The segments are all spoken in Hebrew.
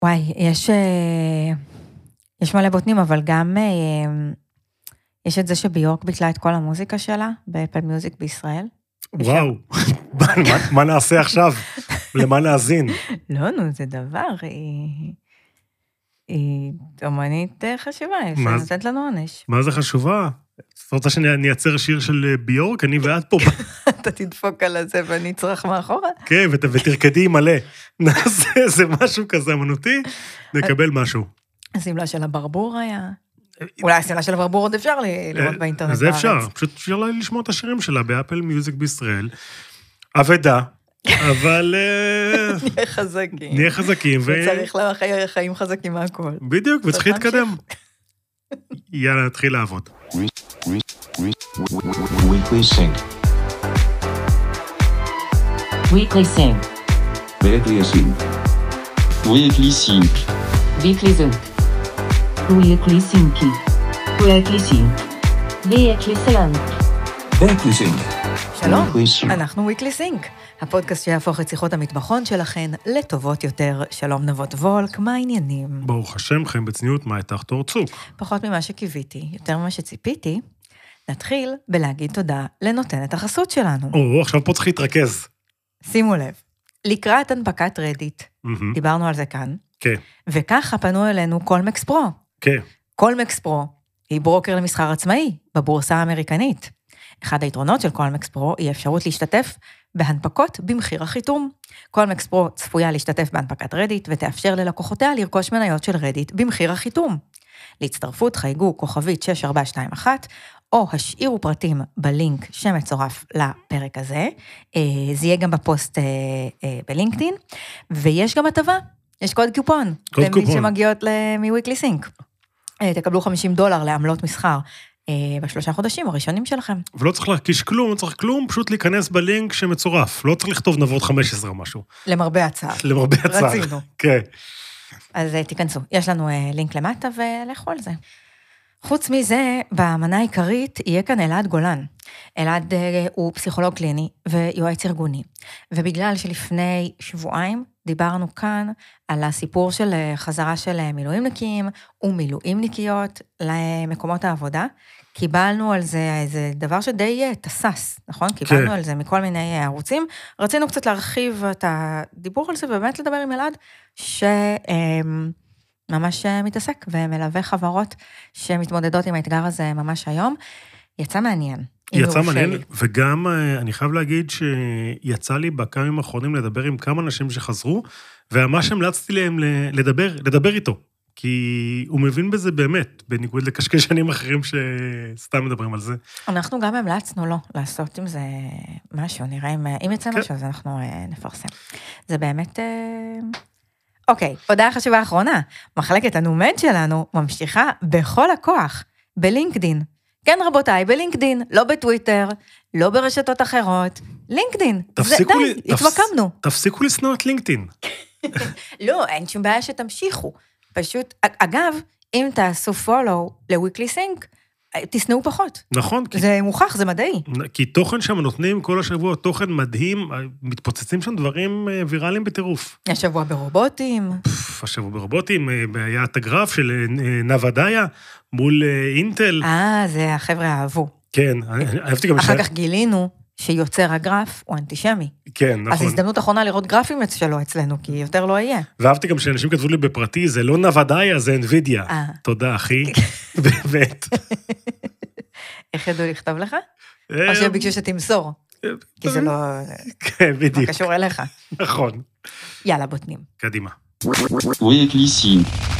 וואי, יש מלא בוטנים, אבל גם יש את זה שביורק ביטלה את כל המוזיקה שלה, באפל מיוזיק בישראל. וואו, מה נעשה עכשיו? למה נאזין? לא, נו, זה דבר, היא אומנית חשובה, שנותנת לנו עונש. מה זה חשובה? את רוצה שאני אייצר שיר של ביורק? אני ואת פה. אתה תדפוק על הזה ואני אצרח מאחורה? כן, ותרקדי מלא. נעשה איזה משהו כזה אמנותי, נקבל משהו. הסמלה של הברבור היה... אולי הסמלה של הברבור עוד אפשר לראות באינטרנט בארץ. זה אפשר, פשוט אפשר לשמוע את השירים שלה באפל מיוזיק בישראל. עבדה, אבל... נהיה חזקים. נהיה חזקים. וצריך חיים חזקים מהכל. בדיוק, וצריך להתקדם. יאללה, נתחיל לעבוד. Weekly Sync. Weekly Sync. Weekly Sync. Weekly Sync. Weekly Sync. Weekly Sync. Weekly Sync. Weekly Sync. Weekly Sync. שלום, Weekly Sync. אנחנו Weekly Sync, הפודקאסט שיהפוך את שיחות המטבחון שלכן לטובות יותר. שלום נבות וולק, מה העניינים? ברוך השם, חיים בצניעות, מה איתך תור צוק? פחות ממה שקיוויתי, יותר ממה שציפיתי, נתחיל בלהגיד תודה לנותנת החסות שלנו. עכשיו פה צריך להתרכז. שימו לב, לקראת הנפקת רדיט, דיברנו על זה כאן, כן. וככה פנו אלינו קולמקס פרו. כן. קולמקס פרו היא ברוקר למסחר עצמאי בבורסה האמריקנית. אחד היתרונות של קולמקס פרו היא אפשרות להשתתף בהנפקות במחיר החיתום. קולמקס פרו צפויה להשתתף בהנפקת רדיט ותאפשר ללקוחותיה לרכוש מניות של רדיט במחיר החיתום. להצטרפות חייגו כוכבית 6421 או השאירו פרטים בלינק שמצורף לפרק הזה. זה יהיה גם בפוסט בלינקדין, ויש גם הטבה, יש קוד קופון. קוד קופון. למי שמגיעות מוויקלי סינק. תקבלו $50 לעמלות מסחר בשלושה חודשים הראשונים שלכם. ולא צריך להקיש כלום, לא צריך כלום, פשוט להיכנס בלינק שמצורף. לא צריך לכתוב נבות 15 או משהו. למרבה הצער. למרבה הצער. רצינו. כן. אז תיכנסו. יש לנו לינק למטה ולכו על זה. חוץ מזה, במנה העיקרית יהיה כאן אלעד גולן. אלעד הוא פסיכולוג קליני ויועץ ארגוני. ובגלל שלפני שבועיים דיברנו כאן על הסיפור של חזרה של מילואימניקים ומילואימניקיות למקומות העבודה, קיבלנו על זה איזה דבר שדי תסס, נכון? כן. קיבלנו על זה מכל מיני ערוצים. רצינו קצת להרחיב את הדיבור על זה ובאמת לדבר עם אלעד, ממש מתעסק ומלווה חברות שמתמודדות עם האתגר הזה ממש היום. יצא מעניין. יצא מעניין, וגם אני חייב להגיד שיצא לי בכמה ימים האחרונים לדבר עם כמה אנשים שחזרו, וממש המלצתי להם לדבר איתו, כי הוא מבין בזה באמת, בניגוד לקשקשנים אחרים שסתם מדברים על זה. אנחנו גם המלצנו לו לעשות עם זה משהו, נראה אם יצא משהו, אז אנחנו נפרסם. זה באמת... אוקיי, הודעה חשובה אחרונה. מחלקת הנומד שלנו ממשיכה בכל הכוח, בלינקדין. כן, רבותיי, בלינקדין, לא בטוויטר, לא ברשתות אחרות. לינקדין, די, התמקמנו. תפסיקו לשנוא את לינקדין. לא, אין שום בעיה שתמשיכו. פשוט, אגב, אם תעשו פולו לוויקלי סינק, תשנאו פחות. נכון. זה מוכח, זה מדעי. כי תוכן שם נותנים כל השבוע, תוכן מדהים, מתפוצצים שם דברים ויראליים בטירוף. השבוע ברובוטים. השבוע ברובוטים, היה את הגרף של נוודאיה מול אינטל. זה החבר'ה אהבו. כן, אהבתי גם... אחר כך גילינו שיוצר הגרף הוא אנטישמי. כן, נכון. אז הזדמנות אחרונה לראות גרפים שלו אצלנו, כי יותר לא יהיה. ואהבתי גם שאנשים כתבו לי בפרטי, זה לא נוודאיה, זה NVIDIA. תודה, אחי. באמת. איך ידעו לכתוב לך? או שביקשו שתמסור. כי זה לא... כן, בדיוק. מה קשור אליך. נכון. יאללה, בוטנים. קדימה. Weekly Sync.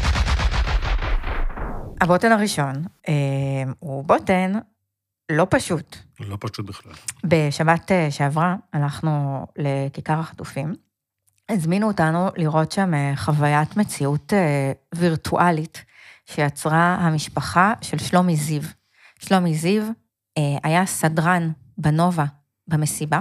הבוטן הראשון הוא בוטן לא פשוט. לא פשוט בכלל. בשבת שעברה הלכנו לכיכר החטופים, הזמינו אותנו לראות שם חוויית מציאות וירטואלית שיצרה המשפחה של שלומי זיו. שלומי זיו היה סדרן בנובה במסיבה,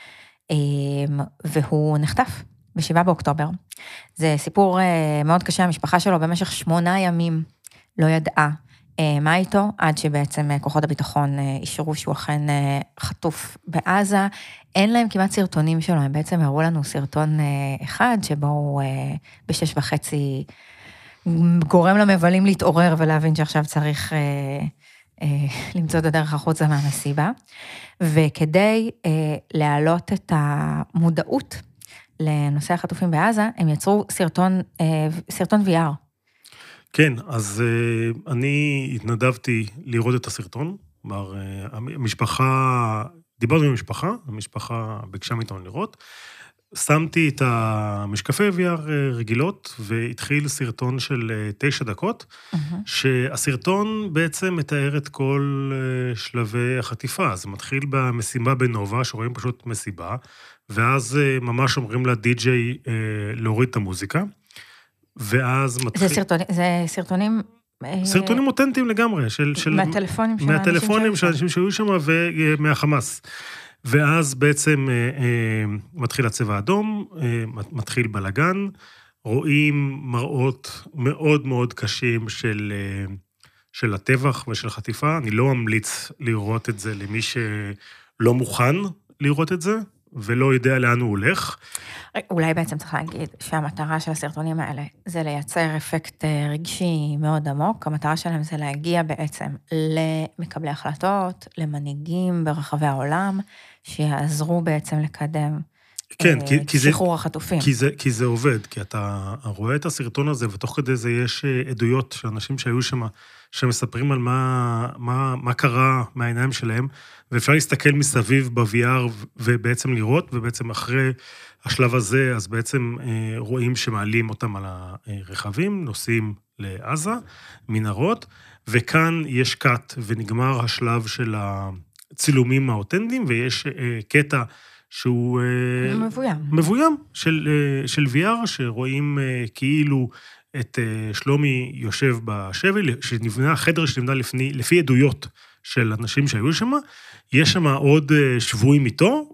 והוא נחטף ב7 באוקטובר. זה סיפור מאוד קשה, המשפחה שלו במשך 8 ימים לא ידעה מה איתו? עד שבעצם כוחות הביטחון אישרו שהוא אכן חטוף בעזה. אין להם כמעט סרטונים שלו, הם בעצם הראו לנו סרטון אחד, שבו הוא ב6:30 גורם למבלים להתעורר ולהבין שעכשיו צריך למצוא את הדרך החוצה מהמסיבה. וכדי להעלות את המודעות לנושא החטופים בעזה, הם יצרו סרטון VR. כן, אז אני התנדבתי לראות את הסרטון, המשפחה, דיברנו עם המשפחה ביקשה מאיתנו לראות, שמתי את המשקפי VR רגילות, והתחיל סרטון של 9 דקות, שהסרטון בעצם מתאר את כל שלבי החטיפה, זה מתחיל במסיבה בנובה, שרואים פשוט מסיבה, ואז ממש אומרים לדי-ג'יי להוריד את המוזיקה, ואז מתחיל... זה סרטונים... סרטונים אותנטיים לגמרי, מהטלפונים של אנשים שהיו שם ומהחמאס. ואז בעצם מתחיל הצבע האדום, מתחיל בלגן, רואים מראות מאוד מאוד קשים של הטבח ושל חטיפה. אני לא ממליץ לראות את זה למי שלא מוכן לראות את זה, ולא יודע לאן הוא הולך. אולי בעצם צריך להגיד שהמטרה של הסרטונים האלה זה לייצר אפקט רגשי מאוד עמוק, המטרה שלהם זה להגיע בעצם למקבלי החלטות, למנהיגים ברחבי העולם, שיעזרו בעצם לקדם שחרור החטופים. כי זה עובד, כי אתה רואה את הסרטון הזה, ותוך כדי זה יש עדויות של אנשים שהיו שם, שמספרים על מה קרה מהעיניים שלהם, ואפשר להסתכל מסביב ב-VR ובעצם לראות, ובעצם אחרי השלב הזה, אז בעצם רואים שמעלים אותם על הרכבים, נוסעים לעזה, מנהרות, וכאן יש קאט, ונגמר השלב של הצילומים האותנטיים, ויש קטע שהוא... מבוים של VR, שרואים כאילו את שלומי יושב בשבי, שנבנה, חדר שנבנה לפי עדויות של אנשים שהיו שם, יש שם עוד שבויים איתו,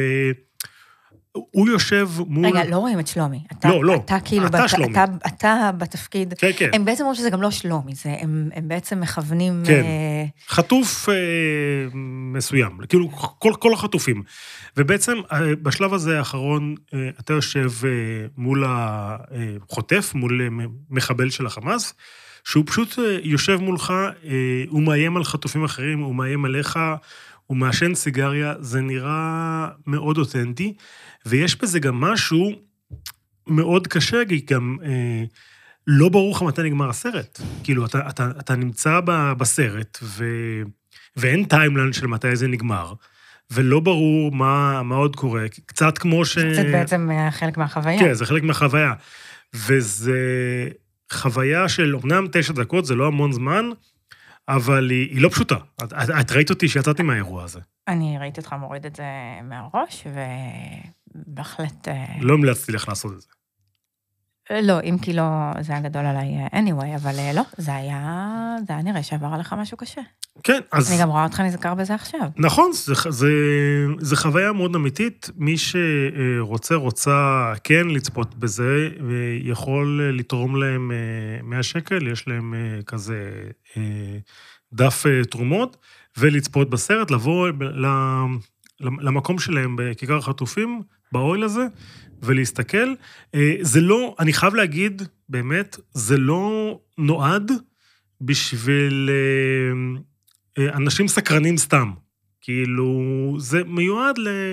והוא יושב מול... רגע, לא רואים את שלומי. לא, אתה כאילו... אתה שלומי. אתה בתפקיד... כן, כן. הם בעצם אומרים שזה גם לא שלומי, הם בעצם מכוונים... כן, חטוף מסוים, כאילו כל החטופים. ובעצם בשלב הזה האחרון, אתה יושב מול החוטף, מול מחבל של החמאס, שהוא פשוט יושב מולך, הוא מאיים על חטופים אחרים, הוא מאיים עליך, הוא מעשן סיגריה, זה נראה מאוד אותנטי, ויש בזה גם משהו מאוד קשה, כי גם לא ברור לך מתי נגמר הסרט. כאילו, אתה נמצא בסרט, ואין טיימלנד של מתי זה נגמר, ולא ברור מה עוד קורה, קצת כמו זה בעצם חלק מהחוויה. כן, זה חלק מהחוויה, וזה חוויה של, אמנם 9 דקות, זה לא המון זמן, אבל היא לא פשוטה. את ראית אותי שיצאתי מהאירוע הזה. אני ראיתי אותך מוריד את זה מהראש, ובהחלט... לא המלצתי לך לעשות את זה. לא, אם כי לא, זה היה גדול עליי anyway, אבל לא, זה היה נראה שעבר עליך משהו קשה. כן, אז... אני גם רואה אותך נזכר בזה עכשיו. נכון, זה חוויה מאוד אמיתית, מי רוצה כן לצפות בזה, ויכול לתרום להם 100 שקל, יש להם כזה דף תרומות, ולצפות בסרט, לבוא למקום שלהם בכיכר החטופים, באוהל הזה, ולהסתכל. זה לא, אני חייב להגיד, באמת, זה לא נועד בשביל אנשים סקרנים סתם. כאילו, זה מיועד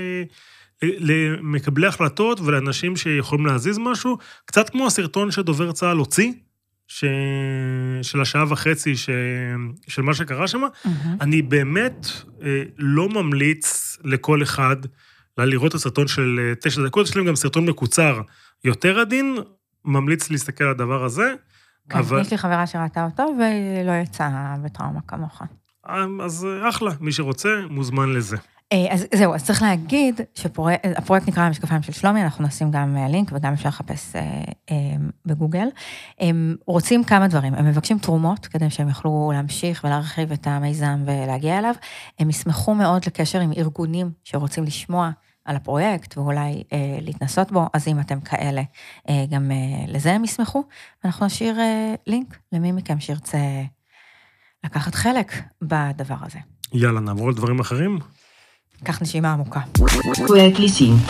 למקבלי החלטות ולאנשים שיכולים להזיז משהו, קצת כמו הסרטון שדובר צה"ל הוציא, של השעה וחצי של מה שקרה שם, אני באמת לא ממליץ לכל אחד לראות את הסרטון של 9 דקות, יש להם גם סרטון מקוצר יותר עדין, ממליץ להסתכל על הדבר הזה. כן, יש לי חברה שראתה אותו ולא יצאה בטראומה כמוך. אז אחלה, מי שרוצה מוזמן לזה. אז זהו, אז צריך להגיד שהפרויקט נקרא המשקפיים של שלומי, אנחנו נשים גם לינק וגם אפשר לחפש בגוגל. הם רוצים כמה דברים, הם מבקשים תרומות כדי שהם יוכלו להמשיך ולהרחיב את המיזם ולהגיע אליו. הם ישמחו מאוד לקשר עם ארגונים שרוצים לשמוע על הפרויקט ואולי להתנסות בו, אז אם אתם כאלה, גם לזה הם ישמחו. אנחנו נשאיר לינק למי מכם שירצה לקחת חלק בדבר הזה. יאללה, נעבור לדברים אחרים. קח נשימה עמוקה. Quick listening.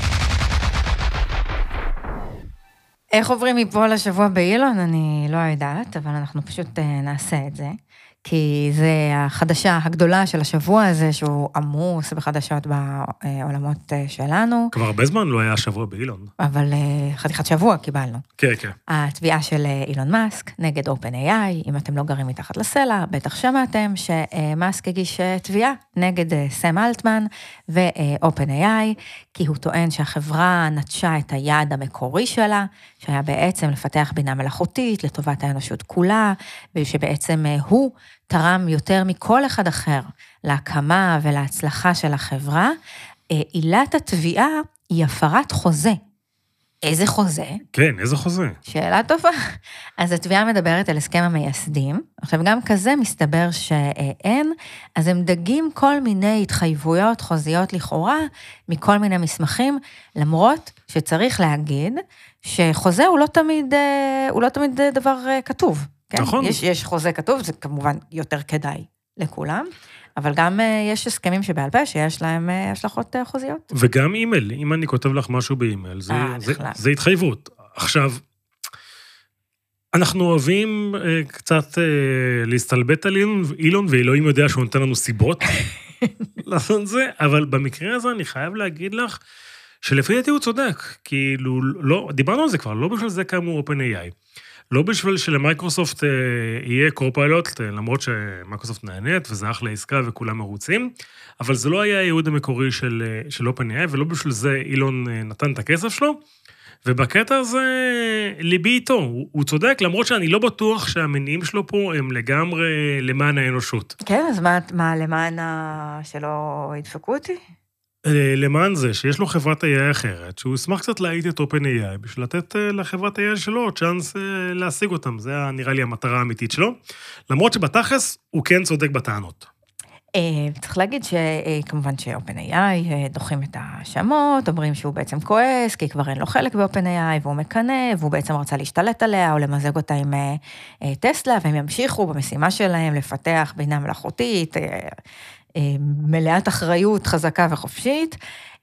איך עוברים מפה לשבוע באילון? אני לא יודעת, אבל אנחנו פשוט נעשה את זה. כי זה החדשה הגדולה של השבוע הזה, שהוא עמוס בחדשות בעולמות שלנו. כבר הרבה זמן לא היה שבוע באילון. אבל חתיכת שבוע קיבלנו. כן, כן. התביעה של אילון מאסק נגד OpenAI, אם אתם לא גרים מתחת לסלע, בטח שמעתם שמאסק הגיש תביעה נגד סם אלטמן ו-OpenAI, כי הוא טוען שהחברה נטשה את היעד המקורי שלה, שהיה בעצם לפתח בינה מלאכותית לטובת האנושות כולה, ושבעצם הוא תרם יותר מכל אחד אחר להקמה ולהצלחה של החברה. עילת התביעה היא הפרת חוזה. איזה חוזה? כן, איזה חוזה? שאלה טובה. אז התביעה מדברת על הסכם המייסדים. עכשיו, גם כזה מסתבר שאין, אז הם דגים כל מיני התחייבויות חוזיות לכאורה, מכל מיני מסמכים, למרות שצריך להגיד שחוזה הוא לא תמיד דבר כתוב. כן? נכון. יש חוזה כתוב, זה כמובן יותר כדאי לכולם, אבל גם יש הסכמים שבעל פה שיש להם השלכות חוזיות. וגם אימייל, אם אני כותב לך משהו באימייל, זה התחייבות. עכשיו, אנחנו אוהבים קצת להסתלבט על אילון, ואלוהים יודע שהוא נותן לנו סיבות לעשות זה, אבל במקרה הזה אני חייב להגיד לך, שלפי דעתי הוא צודק, כאילו, לא, דיברנו על זה כבר, לא בשביל זה קמו OpenAI. לא בשביל שלמייקרוסופט יהיה קורפיילוט, למרות שמייקרוסופט נהנית, וזה אחלה עסקה וכולם מרוצים, אבל זה לא היה הייעוד המקורי של OpenAI, ולא בשביל זה אילון נתן את הכסף שלו, ובקטע הזה ליבי איתו, הוא צודק, למרות שאני לא בטוח שהמניעים שלו פה הם לגמרי למען האנושות. כן, אז מה למען שלא ידפקו אותי? למען זה שיש לו חברת AI אחרת, שהוא ישמח קצת להעיט את OpenAI, בשביל לתת לחברת AI שלו צ'אנס להשיג אותם, זה נראה לי המטרה האמיתית שלו, למרות שבתכלס הוא כן צודק בטענות. צריך להגיד שכמובן ש-OpenAI דוחים את השמות, אומרים שהוא בעצם כועס, כי כבר אין לו חלק ב-OpenAI, והוא מקנה, והוא בעצם רצה להשתלט עליה, או למזג אותה עם טסלה, והם ימשיכו במשימה שלהם לפתח בינה מלאכותית, מלאת אחריות חזקה וחופשית.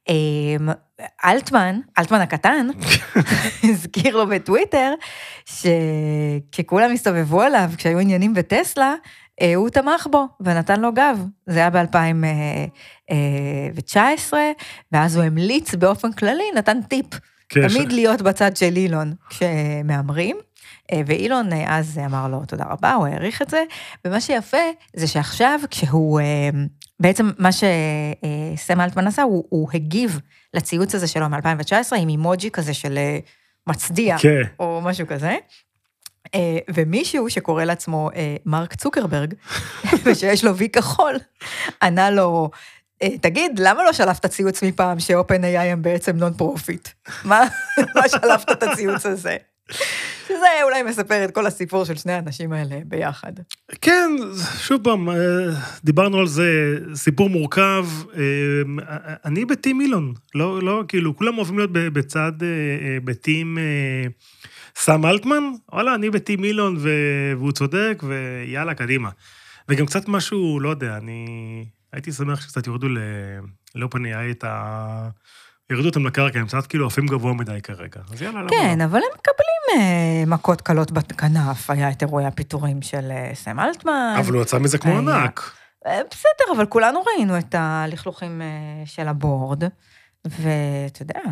אלטמן הקטן, הזכיר לו בטוויטר, שכשכולם הסתובבו עליו, כשהיו עניינים בטסלה, הוא תמך בו ונתן לו גב. זה היה ב-2019, ואז הוא המליץ באופן כללי, נתן טיפ. תמיד להיות בצד של אילון כשמאמרים, ואילון אז אמר לו תודה רבה, הוא העריך את זה, ומה שיפה זה שעכשיו כשהוא, בעצם מה שסם אלטמן עשה, הוא הגיב לציוץ הזה שלו מ-2019, עם אימוג'י כזה של מצדיע, או משהו כזה, ומישהו שקורא לעצמו מרק צוקרברג, ושיש לו וי כחול, ענה לו, תגיד, למה לא שלפת ציוץ מפעם ש-OpenAI הם בעצם נון פרופיט? מה שלפת את הציוץ הזה? שזה אולי מספר את כל הסיפור של שני האנשים האלה ביחד. כן, שוב פעם, דיברנו על זה, סיפור מורכב, אני בטים אילון, לא, כאילו, כולם אוהבים להיות בצד, בטים סם אלטמן, וואלה, אני בטים אילון, והוא צודק, ויאללה, קדימה. וגם קצת משהו, לא יודע, אני הייתי שמח שקצת יורדו ל-OpenAI את ה... ירדו אותם לקרקע, הם קצת כאילו עפים גבוה מדי כרגע. אז יאללה, כן, אבל הם מקבלים מכות קלות בכנף, היה את אירועי הפיטורים של סם אלטמן. אבל הוא יצא מזה כמו ענק. בסדר, אבל כולנו ראינו את הלכלוכים של הבורד, ואתה יודע.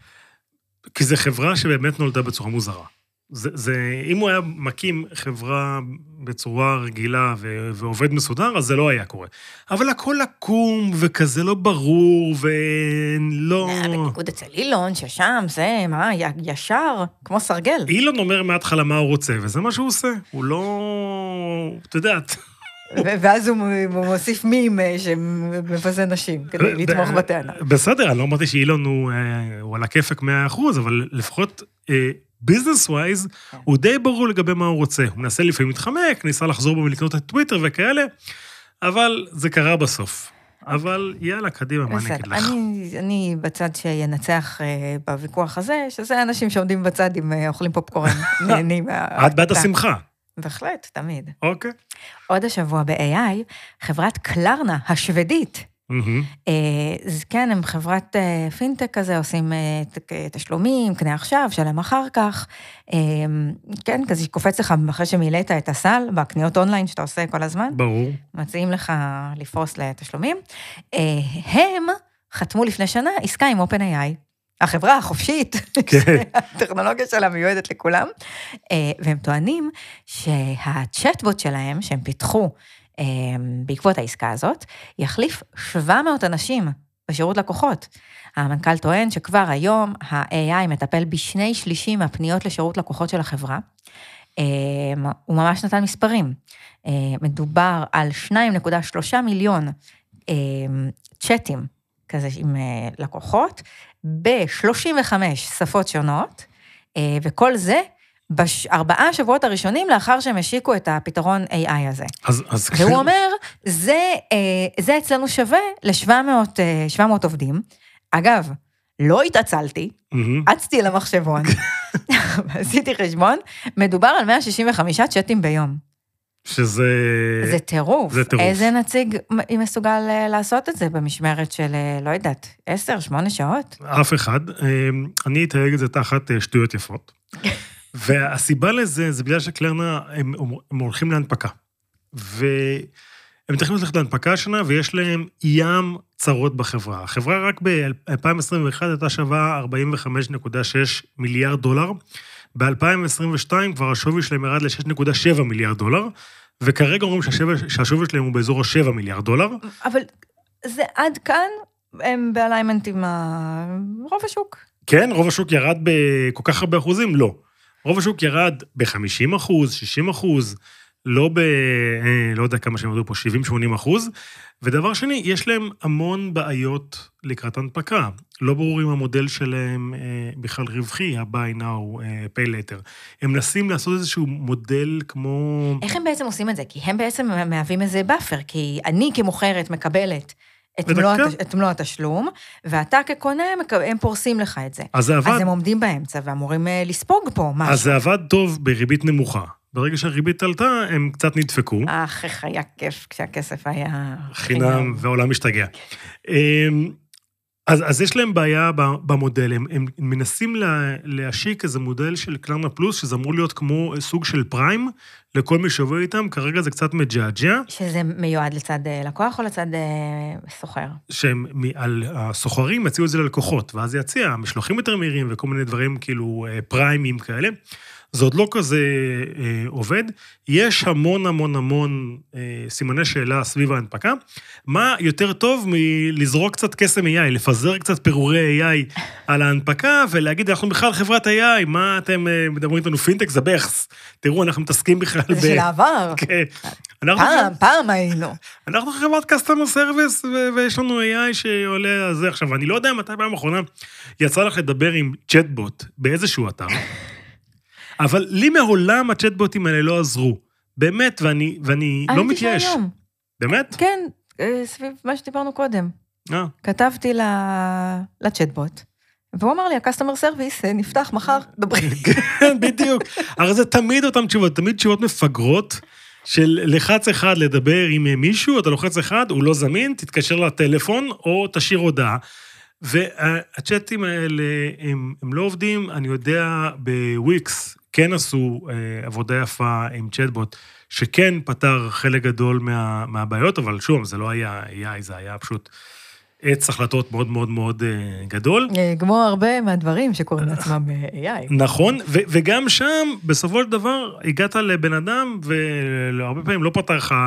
כי זו חברה שבאמת נולדה בצורה מוזרה. אם הוא היה מקים חברה בצורה רגילה ועובד מסודר, אז זה לא היה קורה. אבל הכל עקום וכזה לא ברור ולא... בניגוד אצל אילון, ששם זה, מה, ישר, כמו סרגל. אילון אומר מההתחלה מה הוא רוצה, וזה מה שהוא עושה. הוא לא... אתה יודעת... ואז הוא מוסיף מים שמבזה נשים, כדי לתמוך בטענה. בסדר, אני לא אמרתי שאילון הוא על הכיפק 100%, אבל לפחות... ביזנס ווייז, הוא די ברור לגבי מה הוא רוצה. הוא מנסה לפעמים להתחמק, ניסה לחזור בו ולקנות את טוויטר וכאלה, אבל זה קרה בסוף. אבל יאללה, קדימה, מה אני אגיד לך? אני בצד שינצח בוויכוח הזה, שזה אנשים שעומדים בצד עם אוכלים פופקורן, נהנים. עד בעד השמחה. בהחלט, תמיד. אוקיי. עוד השבוע ב-AI, חברת קלרנה, השוודית. אז כן, הם חברת פינטק כזה, עושים תשלומים, קנה עכשיו, שלם אחר כך. כן, כזה שקופץ לך אחרי שמילאת את הסל, בקניות אונליין שאתה עושה כל הזמן. ברור. מציעים לך לפרוס לתשלומים. הם חתמו לפני שנה עסקה עם OpenAI, החברה החופשית, שהטכנולוגיה שלה מיועדת לכולם, והם טוענים שהצ'טבוט שלהם, שהם פיתחו בעקבות העסקה הזאת, יחליף 700 אנשים בשירות לקוחות. המנכ"ל טוען שכבר היום ה-AI מטפל ב2/3 מהפניות לשירות לקוחות של החברה. הוא ממש נתן מספרים. מדובר על 2.3 מיליון צ'אטים כזה עם לקוחות, ב-35 שפות שונות, וכל זה 4 שבועות הראשונים לאחר שהם השיקו את הפתרון AI הזה. והוא אומר, זה אצלנו שווה ל-700 עובדים. אגב, לא התעצלתי, עצתי למחשבון, ועשיתי חשבון, מדובר על 165 צ'אטים ביום. זה טירוף. איזה נציג מסוגל לעשות את זה במשמרת של, לא יודעת, 10-8 שעות? אף אחד. אני אתייג את זה תחת שטויות יפות. והסיבה לזה, זה בגלל שקלרנה, הם הולכים להנפקה. והם צריכים ללכת להנפקה השנה, ויש להם ים צרות בחברה. החברה רק ב-2021 הייתה שווה 45.6 מיליארד דולר, ב-2022 כבר השווי שלהם ירד ל-6.7 מיליארד דולר, וכרגע אומרים שהשווי שלהם הוא באזור ה-7 מיליארד דולר. אבל זה עד כאן, הם באליימנט עם רוב השוק. כן, רוב השוק ירד בכל כך הרבה אחוזים? לא. רוב השוק ירד ב-50%, 60%, לא יודע כמה שהם ירדו פה, 70-80%, ודבר שני, יש להם המון בעיות לקראת הנפקה. לא ברור אם המודל שלהם בכלל רווחי, ה-buy now, pay later. הם מנסים לעשות איזשהו מודל כמו... איך הם בעצם עושים את זה? כי הם בעצם מהווים איזה באפר, כי אני כמוכרת מקבלת את מלוא התשלום, ואתה כקונה, הם פורסים לך את זה. אז הם עומדים באמצע, ואמורים לספוג פה משהו. אז זה עבד טוב בריבית נמוכה. ברגע שהריבית עלתה, הם קצת נדפקו. איך היה כיף כשהכסף היה... חינם והעולם משתגע. אז יש להם בעיה במודל, הם מנסים להשיק איזה מודל של קלרנה פלוס, שזה אמור להיות כמו סוג של פריים, לכל מי שעובר איתם, כרגע זה קצת מג'עג'ע. שזה מיועד לצד לקוח או לצד סוחר? שהם על הסוחרים יציעו את זה ללקוחות, ואז יציע משלוחים יותר מהירים וכל מיני דברים כאילו פריימים כאלה. זה עוד לא כזה עובד, יש המון סימני שאלה סביב ההנפקה, מה יותר טוב מלזרוק קצת קסם AI, לפזר קצת פירורי AI על ההנפקה, ולהגיד, אנחנו בכלל חברת AI, מה אתם מדברים איתנו פינטק, זה בכס, תראו, אנחנו מתעסקים בכלל זה של העבר. פעם היינו. אנחנו חברת customer service, ויש לנו AI שעולה על זה. עכשיו, אני לא יודע מתי פעם האחרונה יצא לך לדבר עם צ'טבוט באיזשהו אתר, אבל לי מעולם הצ'טבוטים האלה לא עזרו. באמת, ואני לא מתייאש. באמת? כן, סביב מה שדיברנו קודם. כתבתי לצ'טבוט, והוא אמר לי, ה-customer service נפתח מחר, דברי. כן, בדיוק. הרי זה תמיד אותם תשובות, תמיד תשובות מפגרות, של לחץ אחד לדבר עם מישהו, אתה לוחץ אחד, הוא לא זמין, תתקשר לטלפון, או תשאיר הודעה. והצ'אטים האלה, הם לא עובדים, אני יודע, בוויקס, כן עשו עבודה יפה עם צ'טבוט, שכן פתר חלק גדול מהבעיות, אבל שוב, זה לא היה AI, זה היה פשוט עץ החלטות מאוד מאוד מאוד גדול. כמו הרבה מהדברים שקוראים לעצמם AI. נכון, וגם שם, בסופו של דבר, הגעת לבן אדם, והרבה פעמים לא פתר לך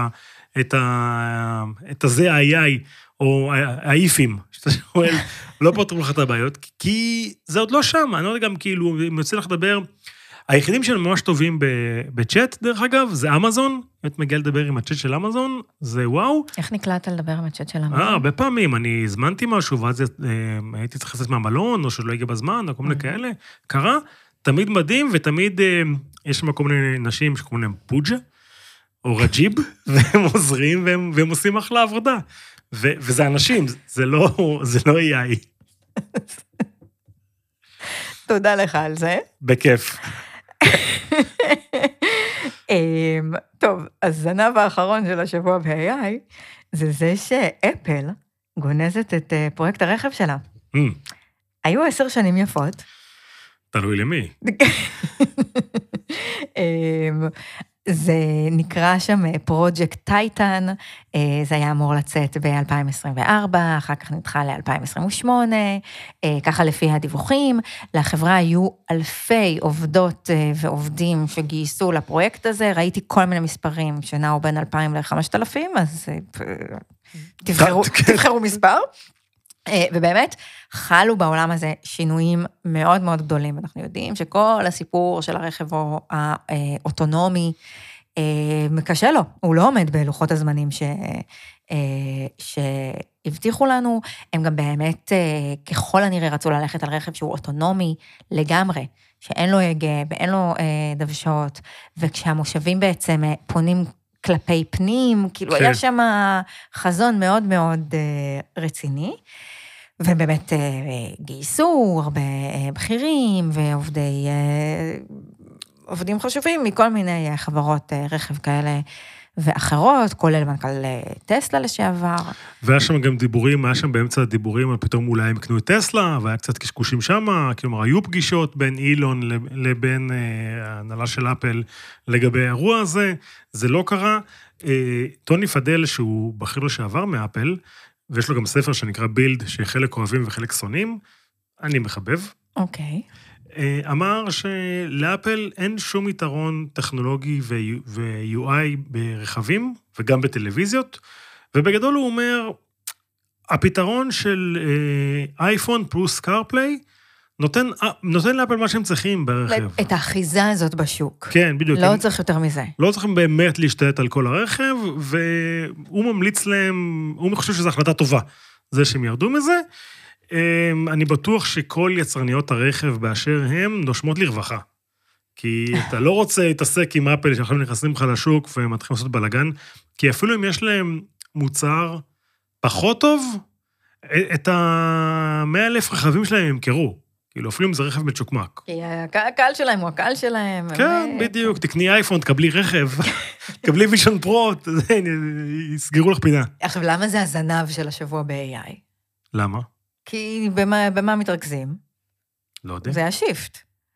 את הזה ה-AI, או האיפים, שאתה שואל, לא פותרים לך את הבעיות, כי זה עוד לא שם, אני לא יודע גם כאילו, אם יוצא לך לדבר, היחידים שהם ממש טובים בצ'אט, דרך אגב, זה אמזון, את מגיע לדבר עם הצ'אט של אמזון, זה וואו. איך נקלעת לדבר עם הצ'אט של אמזון? הרבה פעמים, אני הזמנתי משהו, ואז הייתי צריך לצאת מהמלון, או שלא הגיע בזמן, או כל מיני כאלה, קרה, תמיד מדהים, ותמיד יש שם כל מיני נשים שקוראים להם פוג'ה, או רג'יב, והם עוזרים, והם עושים אחלה עבודה. וזה אנשים, זה לא AI. תודה לך על זה. בכיף. טוב, הזנב האחרון של השבוע ב-AI, זה שאפל גונזת את פרויקט הרכב שלה. היו 10 שנים יפות. תלוי למי. זה נקרא שם פרויקט טייטן, זה היה אמור לצאת ב-2024, אחר כך נדחה ל-2028, ככה לפי הדיווחים, לחברה היו אלפי עובדות ועובדים שגייסו לפרויקט הזה, ראיתי כל מיני מספרים שנעו בין 2,000 ל-5,000, אז תבחרו מספר. ובאמת, חלו בעולם הזה שינויים מאוד מאוד גדולים, אנחנו יודעים שכל הסיפור של הרכב האוטונומי קשה לו, הוא לא עומד בלוחות הזמנים שהבטיחו לנו, הם גם באמת ככל הנראה רצו ללכת על רכב שהוא אוטונומי לגמרי, שאין לו הגה ואין לו דוושות, וכשהמושבים בעצם פונים כלפי פנים, כאילו היה שם חזון מאוד מאוד רציני, ובאמת גייסו הרבה בכירים ועובדים חשובים מכל מיני חברות רכב כאלה ואחרות, כולל מנכ"ל טסלה לשעבר. והיה שם גם דיבורים, היה שם באמצע הדיבורים, פתאום אולי הם קנו את טסלה, והיה קצת קשקושים שם, כלומר, היו פגישות בין אילון לבין ההנהלה של אפל לגבי האירוע הזה, זה לא קרה. טוני פדל, שהוא בכיר לשעבר מאפל, ויש לו גם ספר שנקרא בילד, שחלק אוהבים וחלק שונאים, אני מחבב. אוקיי. אמר שלאפל אין שום יתרון טכנולוגי ו-UI ברכבים, וגם בטלוויזיות, ובגדול הוא אומר, הפתרון של אייפון פלוס קארפליי, נותן לאפל מה שהם צריכים ברכב. את האחיזה הזאת בשוק. כן, בדיוק. לא צריך יותר מזה. לא צריכים באמת להשתלט על כל הרכב, והוא ממליץ להם, הוא חושב שזו החלטה טובה, זה שהם ירדו מזה. אני בטוח שכל יצרניות הרכב באשר הם נושמות לרווחה. כי אתה לא רוצה להתעסק עם אפל שעכשיו נכנסים לך לשוק ומתחילים לעשות בלגן, כי אפילו אם יש להם מוצר פחות טוב, את 100,000 רכבים שלהם הם קראו. כאילו, אפילו אם זה רכב מצ'וקמק. כי הקהל שלהם הוא הקהל שלהם. כן, בדיוק. תקני אייפון, תקבלי רכב, תקבלי ויז'ן פרו, יסגרו לך פינה. עכשיו, למה זה הזנב של השבוע ב-AI? למה? כי במה מתרכזים? לא יודע. זה השיפט.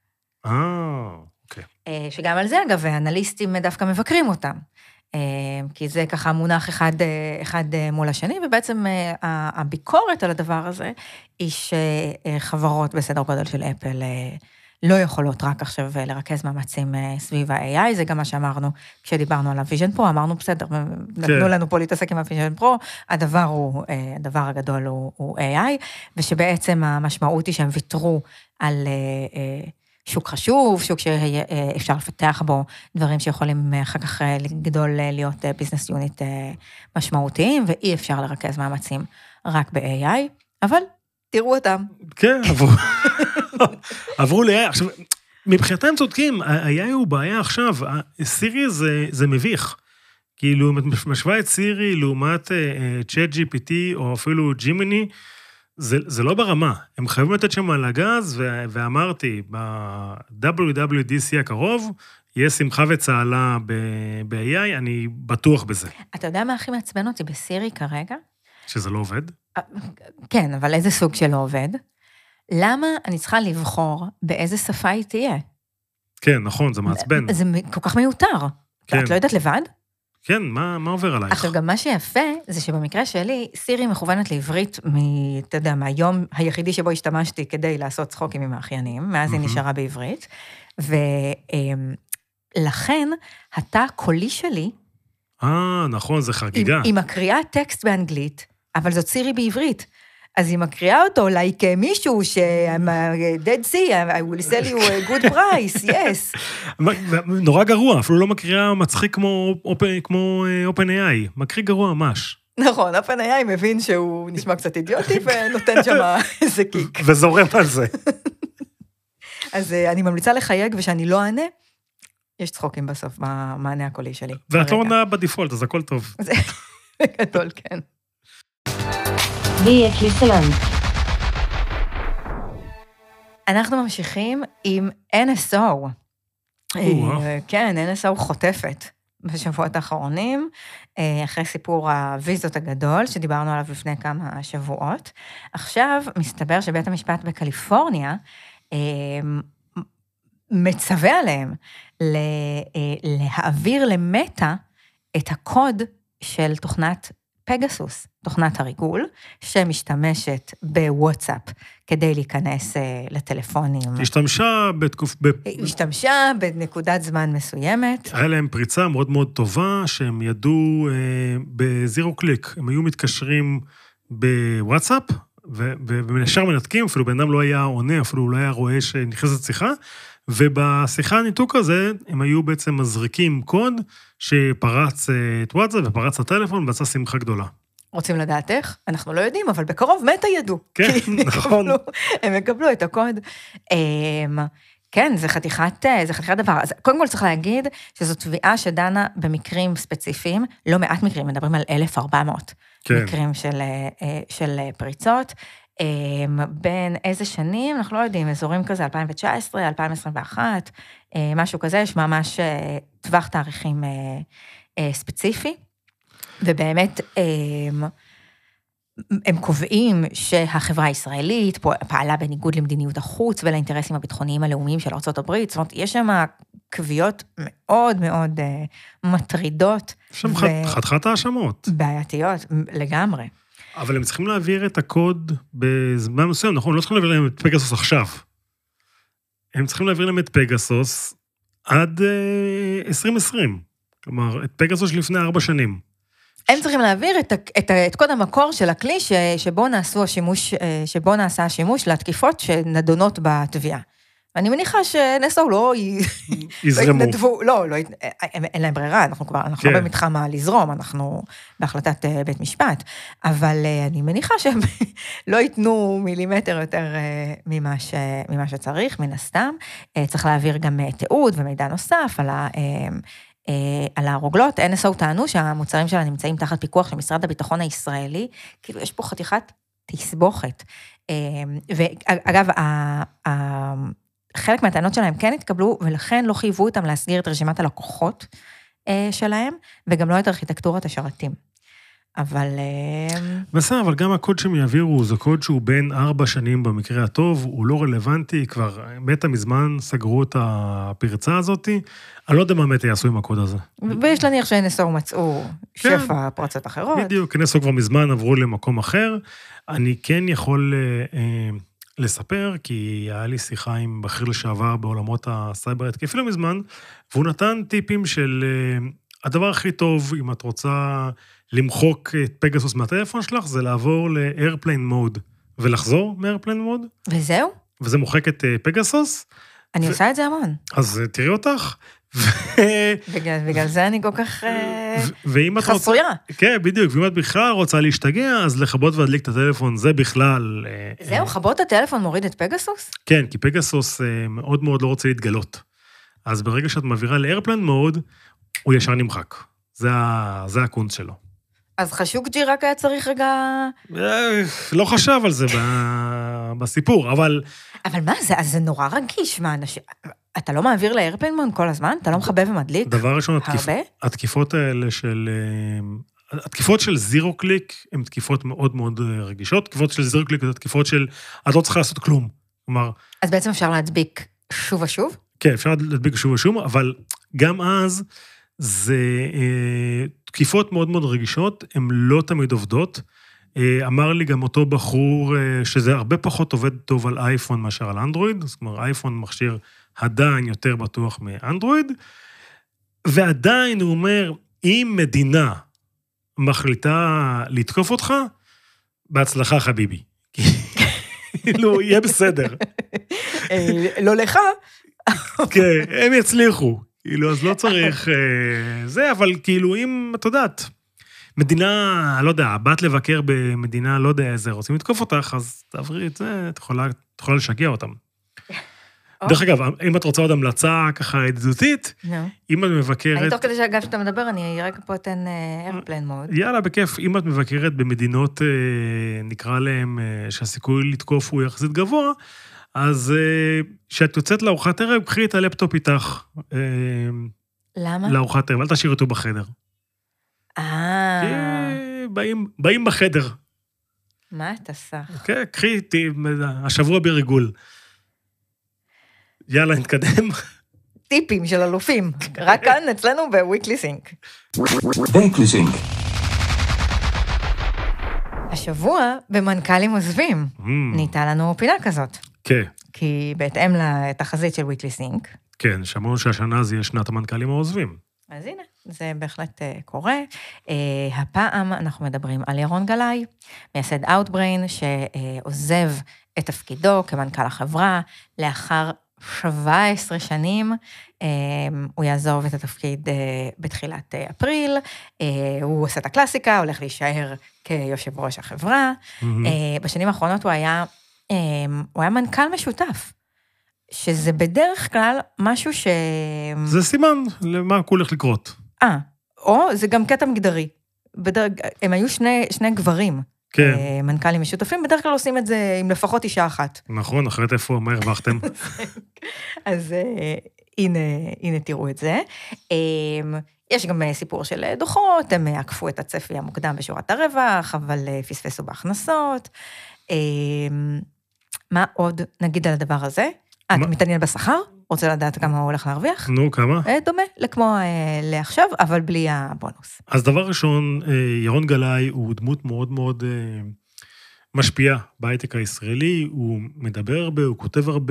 אוקיי. שגם על זה, אגב, האנליסטים דווקא מבקרים אותם. כי זה ככה מונח אחד מול השני, ובעצם הביקורת על הדבר הזה, היא שחברות בסדר גודל של אפל לא יכולות רק עכשיו לרכז מאמצים סביב ה-AI, זה גם מה שאמרנו כשדיברנו על הוויז'ן פרו, אמרנו בסדר, נתנו לנו פה להתעסק עם הוויז'ן פרו, הדבר הגדול הוא AI, ושבעצם המשמעות היא שהם ויתרו על שוק חשוב, שוק שאפשר לפתח בו דברים שיכולים אחר כך לגדול להיות ביזנס יוניט משמעותיים, ואי אפשר לרכז מאמצים רק ב-AI, אבל תראו אותם. כן, עברו ל-AI. עכשיו, מבחינתם צודקים, ה-AI הוא בעיה עכשיו, סירי זה מביך. כאילו, אם את משווה את סירי לעומת ChatGPT או אפילו ג'ימיני, זה לא ברמה, הם חייבים לתת שם על הגז, ואמרתי, ב-WWDC הקרוב, יהיה שמחה וצהלה ב-AI, אני בטוח בזה. אתה יודע מה הכי מעצבן אותי בסירי כרגע? שזה לא עובד? כן, אבל איזה סוג שלא עובד? למה אני צריכה לבחור באיזה שפה היא תהיה? כן, נכון, זה מעצבן. זה כל כך מיותר. כן. את לא יודעת לבד? כן, מה עובר עלייך? עכשיו, גם מה שיפה, זה שבמקרה שלי, סירי מכוונת לעברית, אתה יודע, מהיום היחידי שבו השתמשתי כדי לעשות צחוקים עם האחיינים, מאז היא נשארה בעברית, ולכן, התא הקולי שלי, נכון, זה חגיגה. היא מקריאה טקסט באנגלית, אבל זאת סירי בעברית. אז היא מקריאה אותו, like מישהו dead sea, I will sell you a good price, yes. נורא גרוע, אפילו לא מקריאה מצחיק כמו OpenAI, מקריא גרוע ממש. נכון, OpenAI מבין שהוא נשמע קצת אידיוטי, ונותן שם איזה קיק. וזורם על זה. אז אני ממליצה לחייג, ושאני לא אענה, יש צחוקים בסוף במענה הקולי שלי. ואת לא עונה בדיפולט, אז הכל טוב. זה גדול, כן. אנחנו ממשיכים עם NSO. כן, NSO חוטפת. בשבועות האחרונים, אחרי סיפור הוויזות הגדול, שדיברנו עליו לפני כמה שבועות. עכשיו, מסתבר שבית המשפט בקליפורניה, מצווה עליהם להעביר למטה את הקוד של תוכנת פגסוס, תוכנת הריגול, שמשתמשת בוואטסאפ כדי להיכנס לטלפונים. השתמשה בנקודת זמן מסוימת. היה להם פריצה מאוד מאוד טובה, שהם ידעו בזירו קליק. הם היו מתקשרים בוואטסאפ, ובנשר מנתקים, אפילו בן אדם לא היה עונה, אפילו לא היה רואה שנכנסת שיחה, ובשיחה הניתוק הזה, הם היו בעצם מזריקים קוד, שפרץ את וואטסאפ ופרץ הטלפון, ועשה שמחה גדולה. רוצים לדעת איך? אנחנו לא יודעים, אבל בקרוב מטה ידעו. כן, נכון. הם יקבלו את הקוד. כן, זה חתיכת דבר. אז קודם כל צריך להגיד, שזו תביעה שדנה במקרים ספציפיים, לא מעט מקרים, מדברים על 1,400 מקרים של פריצות, בין איזה שנים, אנחנו לא יודעים, אזורים כזה, 2019, 2021, משהו כזה, יש ממש טווח תאריכים ספציפי, ובאמת הם קובעים שהחברה הישראלית פעלה בניגוד למדיניות החוץ ולאינטרסים הביטחוניים הלאומיים של ארצות הברית, זאת אומרת, יש שם קביעות מאוד מאוד מטרידות. יש שם חתיכת האשמות. בעייתיות, לגמרי. אבל הם צריכים להעביר את הקוד בזמן מסוים, נכון? לא צריכים להעביר להם את פגסוס עכשיו. הם צריכים להעביר להם את פגסוס עד 2020. כלומר, את פגסוס לפני 4 שנים. הם צריכים להעביר את קוד המקור של הכלי שבו נעשה השימוש להתקיפות שנדונות בתביעה. אני מניחה שנסו לא יזרמו. לא, אין להם ברירה, אנחנו לא במתחם לזרום, אנחנו בהחלטת בית משפט, אבל אני מניחה שהם לא ייתנו מילימטר יותר ממה שצריך, מן הסתם. צריך להעביר גם תיעוד ומידע נוסף על הרוגלות. NSO טענו שהמוצרים שלה נמצאים תחת פיקוח של משרד הביטחון הישראלי, כאילו יש פה חתיכת תסבוכת. ואגב, חלק מהטענות שלהם כן התקבלו, ולכן לא חייבו אותם להסגיר את רשימת הלקוחות שלהם, וגם לא את ארכיטקטורת השרתים. אבל בסדר, אבל גם הקוד שהם יעבירו, זה קוד שהוא בין 4 שנים במקרה הטוב, הוא לא רלוונטי, כבר מטה מזמן סגרו את הפרצה הזאת, אני לא יודע מה מטה יעשו עם הקוד הזה. ויש להניח ש-NSO מצאו שפע פרצות אחרות. בדיוק, NSO כבר מזמן עברו למקום אחר, אני כן יכול לספר, כי היה לי שיחה עם בכיר לשעבר בעולמות הסייבר התקפי לא מזמן, והוא נתן טיפים של הדבר הכי טוב, אם את רוצה למחוק את פגסוס מהטלפון שלך, זה לעבור ל-Airplane Mode, ולחזור מ-Airplane Mode. וזהו? וזה מוחק את פגסוס. אני עושה את זה המון. אז תראי אותך. בגלל זה אני כל כך חסויה. כן, בדיוק, ואם את בכלל רוצה להשתגע, אז לכבות והדליק את הטלפון, זה בכלל זהו, לכבות את הטלפון מוריד את פגסוס? כן, כי פגסוס מאוד מאוד לא רוצה להתגלות. אז ברגע שאת מעבירה ל-Airplane Mode, הוא ישר נמחק. זה הקונץ שלו. אז חשוקג'י רק היה צריך רגע לא חשב על זה בסיפור, אבל מה זה? אז זה נורא רגיש, מה אנשים אתה לא מעביר לאיירפליין כל הזמן? אתה לא מחבב ומדליק? דבר ראשון, התקיפות האלה התקיפות של זירו קליק, הן תקיפות מאוד מאוד רגישות, תקיפות של זירו קליק, זה תקיפות של, את לא צריכה לעשות כלום. כלומר אז בעצם אפשר להדביק שוב ושוב? כן, אפשר להדביק שוב ושוב, אבל גם אז, זה תקיפות מאוד מאוד רגישות, הן לא תמיד עובדות. אמר לי גם אותו בחור, שזה הרבה פחות עובד טוב על אייפון מאשר על אנדרואיד, זאת אומרת, אייפון מכשיר עדיין יותר בטוח מאנדרואיד, ועדיין הוא אומר, אם מדינה מחליטה לתקוף אותך, בהצלחה חביבי. כאילו, יהיה בסדר. לא לך. כן, הם יצליחו. כאילו, אז לא צריך זה, אבל כאילו, אם, את יודעת, מדינה, לא יודע, באת לבקר במדינה, לא יודע איזה, רוצים לתקוף אותך, אז תעברי את זה, את יכולה לשגע אותם. דרך אגב, אם את רוצה עוד המלצה ככה ידידותית, אם את מבקרת... אני תוך כדי שאגב שאתה מדבר, אני רק פה אתן Airplane Mode. יאללה, בכיף, אם את מבקרת במדינות, נקרא להם, שהסיכוי לתקוף הוא יחסית גבוה, אז כשאת יוצאת לארוחת ערב, קחי את הלפטופ איתך. למה? לארוחת ערב, אל תשאיר אותו בחדר. כי באים בחדר. מה אתה סך? כן, קחי איתי, השבוע בריגול. יאללה, נתקדם. טיפים של אלופים, רק כאן אצלנו בוויקלי סינק. Weekly Sync. השבוע במנכ"לים עוזבים, ניתה לנו פינה כזאת, כן, כי בהתאם לתחזית של וויקלי סינק, כן, שמענו שהשנה זה יהיה שנת המנכ"לים העוזבים. אז הנה, זה בהחלט קורה. הפעם אנחנו מדברים על ירון גלאי, מייסד Outbrain, שעוזב את תפקידו כמנכ"ל החברה, לאחר 17 שנים, הוא יעזוב את התפקיד בתחילת אפריל, הוא עושה את הקלאסיקה, הולך להישאר כיושב ראש החברה. בשנים האחרונות הוא היה מנכ"ל משותף, שזה בדרך כלל משהו זה סימן למה הוא הולך לקרות. או זה גם קטע מגדרי. הם היו שני גברים, כן. מנכ"לים משותפים, בדרך כלל עושים את זה עם לפחות אישה אחת. נכון, אחרת איפה, מה הרווחתם? אז הנה תראו את זה. יש גם סיפור של דוחות, הם עקפו את הצפי המוקדם בשורת הרווח, אבל פספסו בהכנסות. מה עוד נגיד על הדבר הזה? אתה מתעניין בשכר? רוצה לדעת כמה הוא הולך להרוויח? נו, כמה? דומה, כמו לעכשיו, אבל בלי הבונוס. אז דבר ראשון, ירון גלאי הוא דמות מאוד מאוד משפיעה בהייטק הישראלי, הוא מדבר הרבה, הוא כותב הרבה,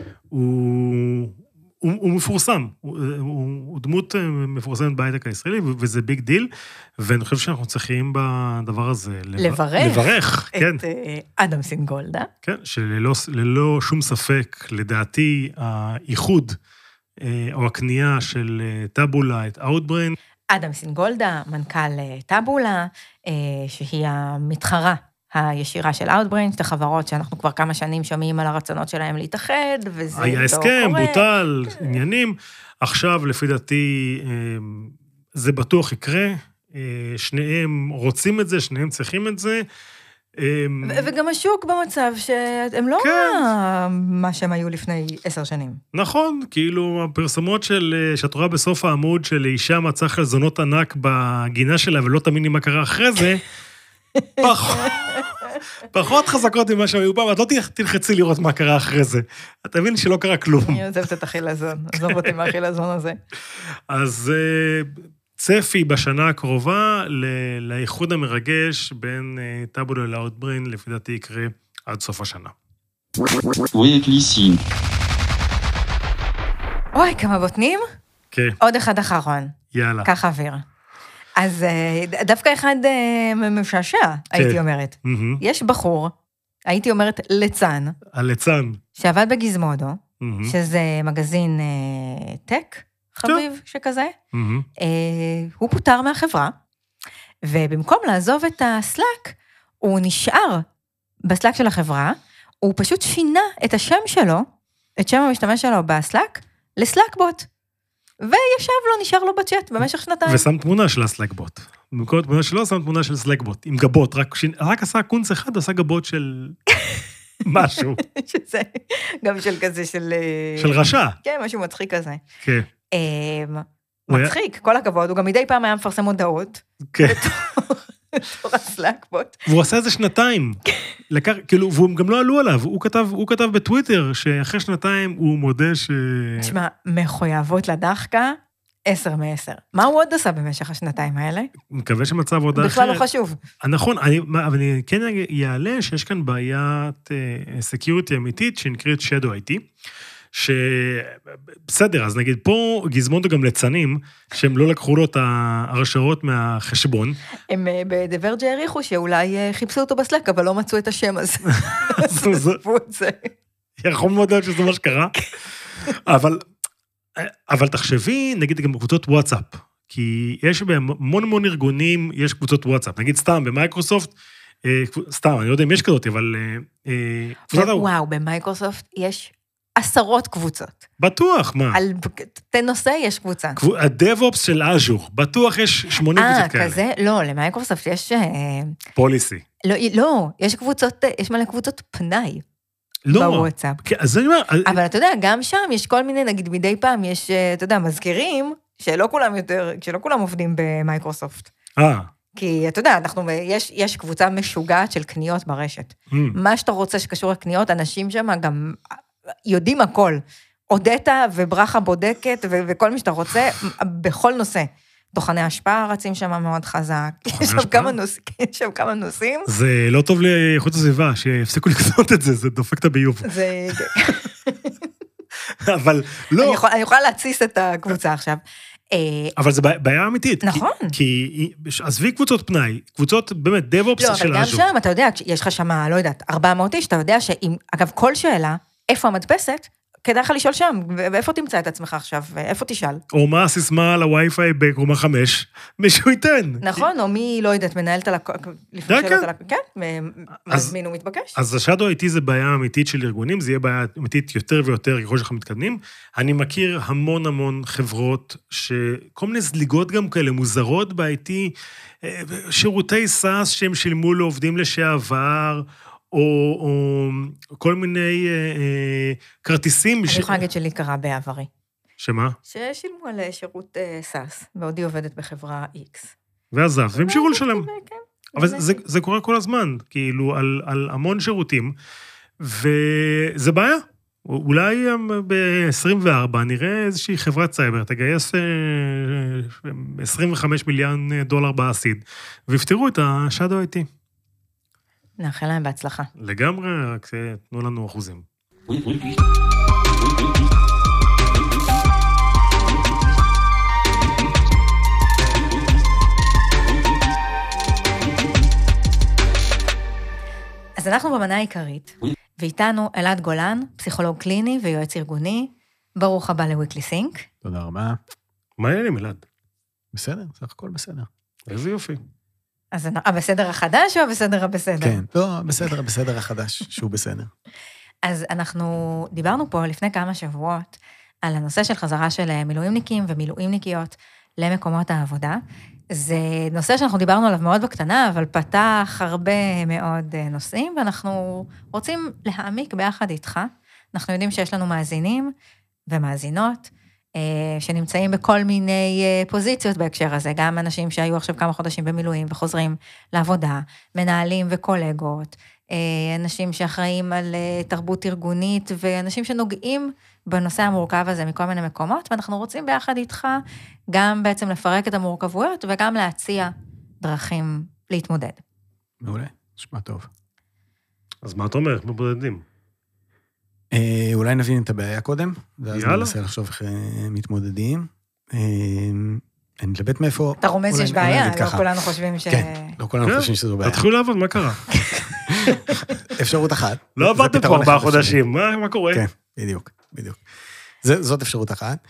הוא מפורסם, הוא דמות מפורסמת בהייטק הישראלי, וזה ביג דיל, ואני חושב שאנחנו צריכים בדבר הזה לברך, כן. את אדם סינגולדה. כן, שללא שום ספק, לדעתי, האיחוד, או הקנייה של טאבולה, את Outbrain. אדם סינגולדה, מנכ"ל טאבולה, שהיא המתחרה הישירה של Outbrain, שתי חברות שאנחנו כבר כמה שנים שומעים על הרצונות שלהם להתאחד, וזה לא קורה. היה הסכם, בוטל, עניינים. עכשיו, לפי דעתי, זה בטוח יקרה. שניהם רוצים את זה, שניהם צריכים את זה. וגם השוק במצב שהם לא מה שהם היו לפני 10 שנים. נכון, כאילו הפרסומות שאת רואה בסוף העמוד של אישה מצאה חלזונות ענק בגינה שלה, ולא תאמיני מה קרה אחרי זה, פחות חזקות ממה שהם היו פעם, את לא תלחצי לראות מה קרה אחרי זה. אתה מבין שלא קרה כלום. אני עוזבת את החילזון, עזוב אותי מהחילזון הזה. אז צפי בשנה הקרובה לאיחוד המרגש בין טאבולה לאוטבריין, לפי דעתי יקרה עד סוף השנה. Weekly Sync. אוי, כמה בוטנים? כן. עוד אחד אחרון. יאללה. כך אוויר. אז דווקא אחד משעשע, הייתי אומרת. יש בחור, הייתי אומרת ליצן. הליצן. שעבד בגיזמודו, שזה מגזין טק, חביב שכזה. הוא פוטר מהחברה, ובמקום לעזוב את הסלאק, הוא נשאר בסלאק של החברה, הוא פשוט שינה את השם שלו, את שם המשתמש שלו בסלאק, לסלאקבוט. וישב לו, נשאר לו בצ'אט במשך שנתיים. ושם תמונה של הסלאקבוט. במקום תמונה שלו, שם תמונה של סלאקבוט, עם גבות, רק עשה קונץ אחד, עשה גבות של משהו. שזה גם של כזה, של רשע. כן, משהו מצחיק כזה. כן. מצחיק, כל הכבוד, הוא גם מדי פעם היה מפרסם הודעות. כן. בתור הסלאקבוט. והוא עשה את זה שנתיים. כאילו, והוא גם לא עלו עליו, הוא כתב בטוויטר, שאחרי שנתיים הוא מודה תשמע, מחויבות לדחקה, 10 מ-10. מה הוא עוד עשה במשך השנתיים האלה? מקווה שמצב עבודה אחרת. בכלל לא חשוב. נכון, אבל אני כן יעלה שיש כאן בעיית סקיוריטי אמיתית, שנקראת Shadow IT, שבסדר, אז נגיד פה גיזמונדו גם ליצנים, שהם לא לקחו לו את הרשאות מהחשבון. הם בדברג'ה העריכו שאולי חיפשו אותו בסלק, אבל לא מצאו את השם הזה. אז עזבו את זה. יכול מאוד להיות שזה מה שקרה. אבל תחשבי, נגיד גם בקבוצות וואטסאפ, כי יש בהמון ארגונים, יש קבוצות וואטסאפ. נגיד סתם במייקרוסופט, סתם, אני לא יודע אם יש כזאת, אבל וואו, במייקרוסופט יש 10 קבוצות. בטוח, מה? על תנושא יש קבוצה. הדב-אופס של אז'ור, בטוח יש 80 קבוצות כאלה. כזה? לא, למייקרוסופט יש פוליסי. לא, יש קבוצות, יש מלא קבוצות פנאי. לא. בוואטסאפ. אז אני אומר... אבל אתה יודע, גם שם יש כל מיני, נגיד מדי פעם יש, אתה יודע, מזכירים, שלא כולם עובדים במייקרוסופט. כי אתה יודע, יש קבוצה משוגעת של קניות ברשת. מה שאתה רוצה שקשור לקניות, אנשים שם גם יודעים הכל. עודתה וברכה בודקת וכל מי שאתה רוצה, בכל נושא. תוכני השפעה רצים שם מאוד חזק. יש שם כמה נושאים. זה לא טוב לאיכות הסביבה, שיפסיקו לקנות את זה, זה דופק את הביוב. זה... אבל לא... אני יכולה להציס את הקבוצה עכשיו. אבל זו בעיה אמיתית. נכון. כי עזבי קבוצות פנאי, קבוצות באמת דב-אופס של אבל גם שם, אתה יודע, יש לך שם, לא יודעת, 400 איש, אתה יודע שאם, אגב, כל שאלה, איפה המדפסת, כדאי לך לשאול שם, ואיפה תמצא את עצמך עכשיו, ואיפה תשאל? או מה הסיסמה על הווי-פיי בקומה 5, מישהו ייתן. נכון, או מי, לא יודעת, מנהלת לפני שאלות על כן, מזמין ומתבקש. אז השאדו IT זה בעיה אמיתית של ארגונים, זה יהיה בעיה אמיתית יותר ויותר ככל שאנחנו מתקדמים. אני מכיר המון חברות, שכל מיני זליגות גם כאלה, מוזרות ב-IT, שירותי סאס שהם שילמו לעובדים לשעבר, או כל מיני כרטיסים. אני יכולה להגיד שלי קרה בעברי. שמה? ששילמו על שירות סאס, ועודי עובדת בחברה X. ועזב, והמשיכו לשלם. אבל זה קורה כל הזמן, כאילו, על המון שירותים, וזה בעיה. אולי ב-24 נראה איזושהי חברת סייבר, תגייס $25 מיליון באסיד, ויפתרו את השאדו IT. נאחל להם בהצלחה. לגמרי, רק תנו לנו אחוזים. אז אנחנו במנה העיקרית, ואיתנו אלעד גולן, פסיכולוג קליני ויועץ ארגוני. ברוך הבא לוויקלי סינק. תודה רבה. מה העניינים, אלעד? בסדר, סך הכל בסדר. איזה יופי. אז בסדר החדש או בסדר הבסדר? כן, לא, בסדר החדש, שהוא בסדר. אז אנחנו דיברנו פה לפני כמה שבועות על הנושא של חזרה של מילואימניקים ומילואימניקיות למקומות העבודה. זה נושא שאנחנו דיברנו עליו מאוד בקטנה, אבל פתח הרבה מאוד נושאים, ואנחנו רוצים להעמיק ביחד איתך. אנחנו יודעים שיש לנו מאזינים ומאזינות, שנמצאים בכל מיני פוזיציות בהקשר הזה, גם אנשים שהיו עכשיו כמה חודשים במילואים וחוזרים לעבודה, מנהלים וקולגות, אנשים שאחראים על תרבות ארגונית, ואנשים שנוגעים בנושא המורכב הזה מכל מיני מקומות, ואנחנו רוצים ביחד איתך גם בעצם לפרק את המורכבויות, וגם להציע דרכים להתמודד. מעולה, נשמע טוב. אז מה אתה אומר? איך מבודדים? אולי נבין את הבעיה קודם, ואז יאללה. ננסה לחשוב איך מתמודדים. אני מתלבט מאיפה... אתה רומז שיש בעיה, לא כולנו חושבים ש... כן, לא כולנו חושבים שזו בעיה. תתחילו לעבוד, מה קרה? אפשרות אחת. לא עבדתם פה 4 חודשים, מה קורה? כן, בדיוק. זאת אפשרות אחת.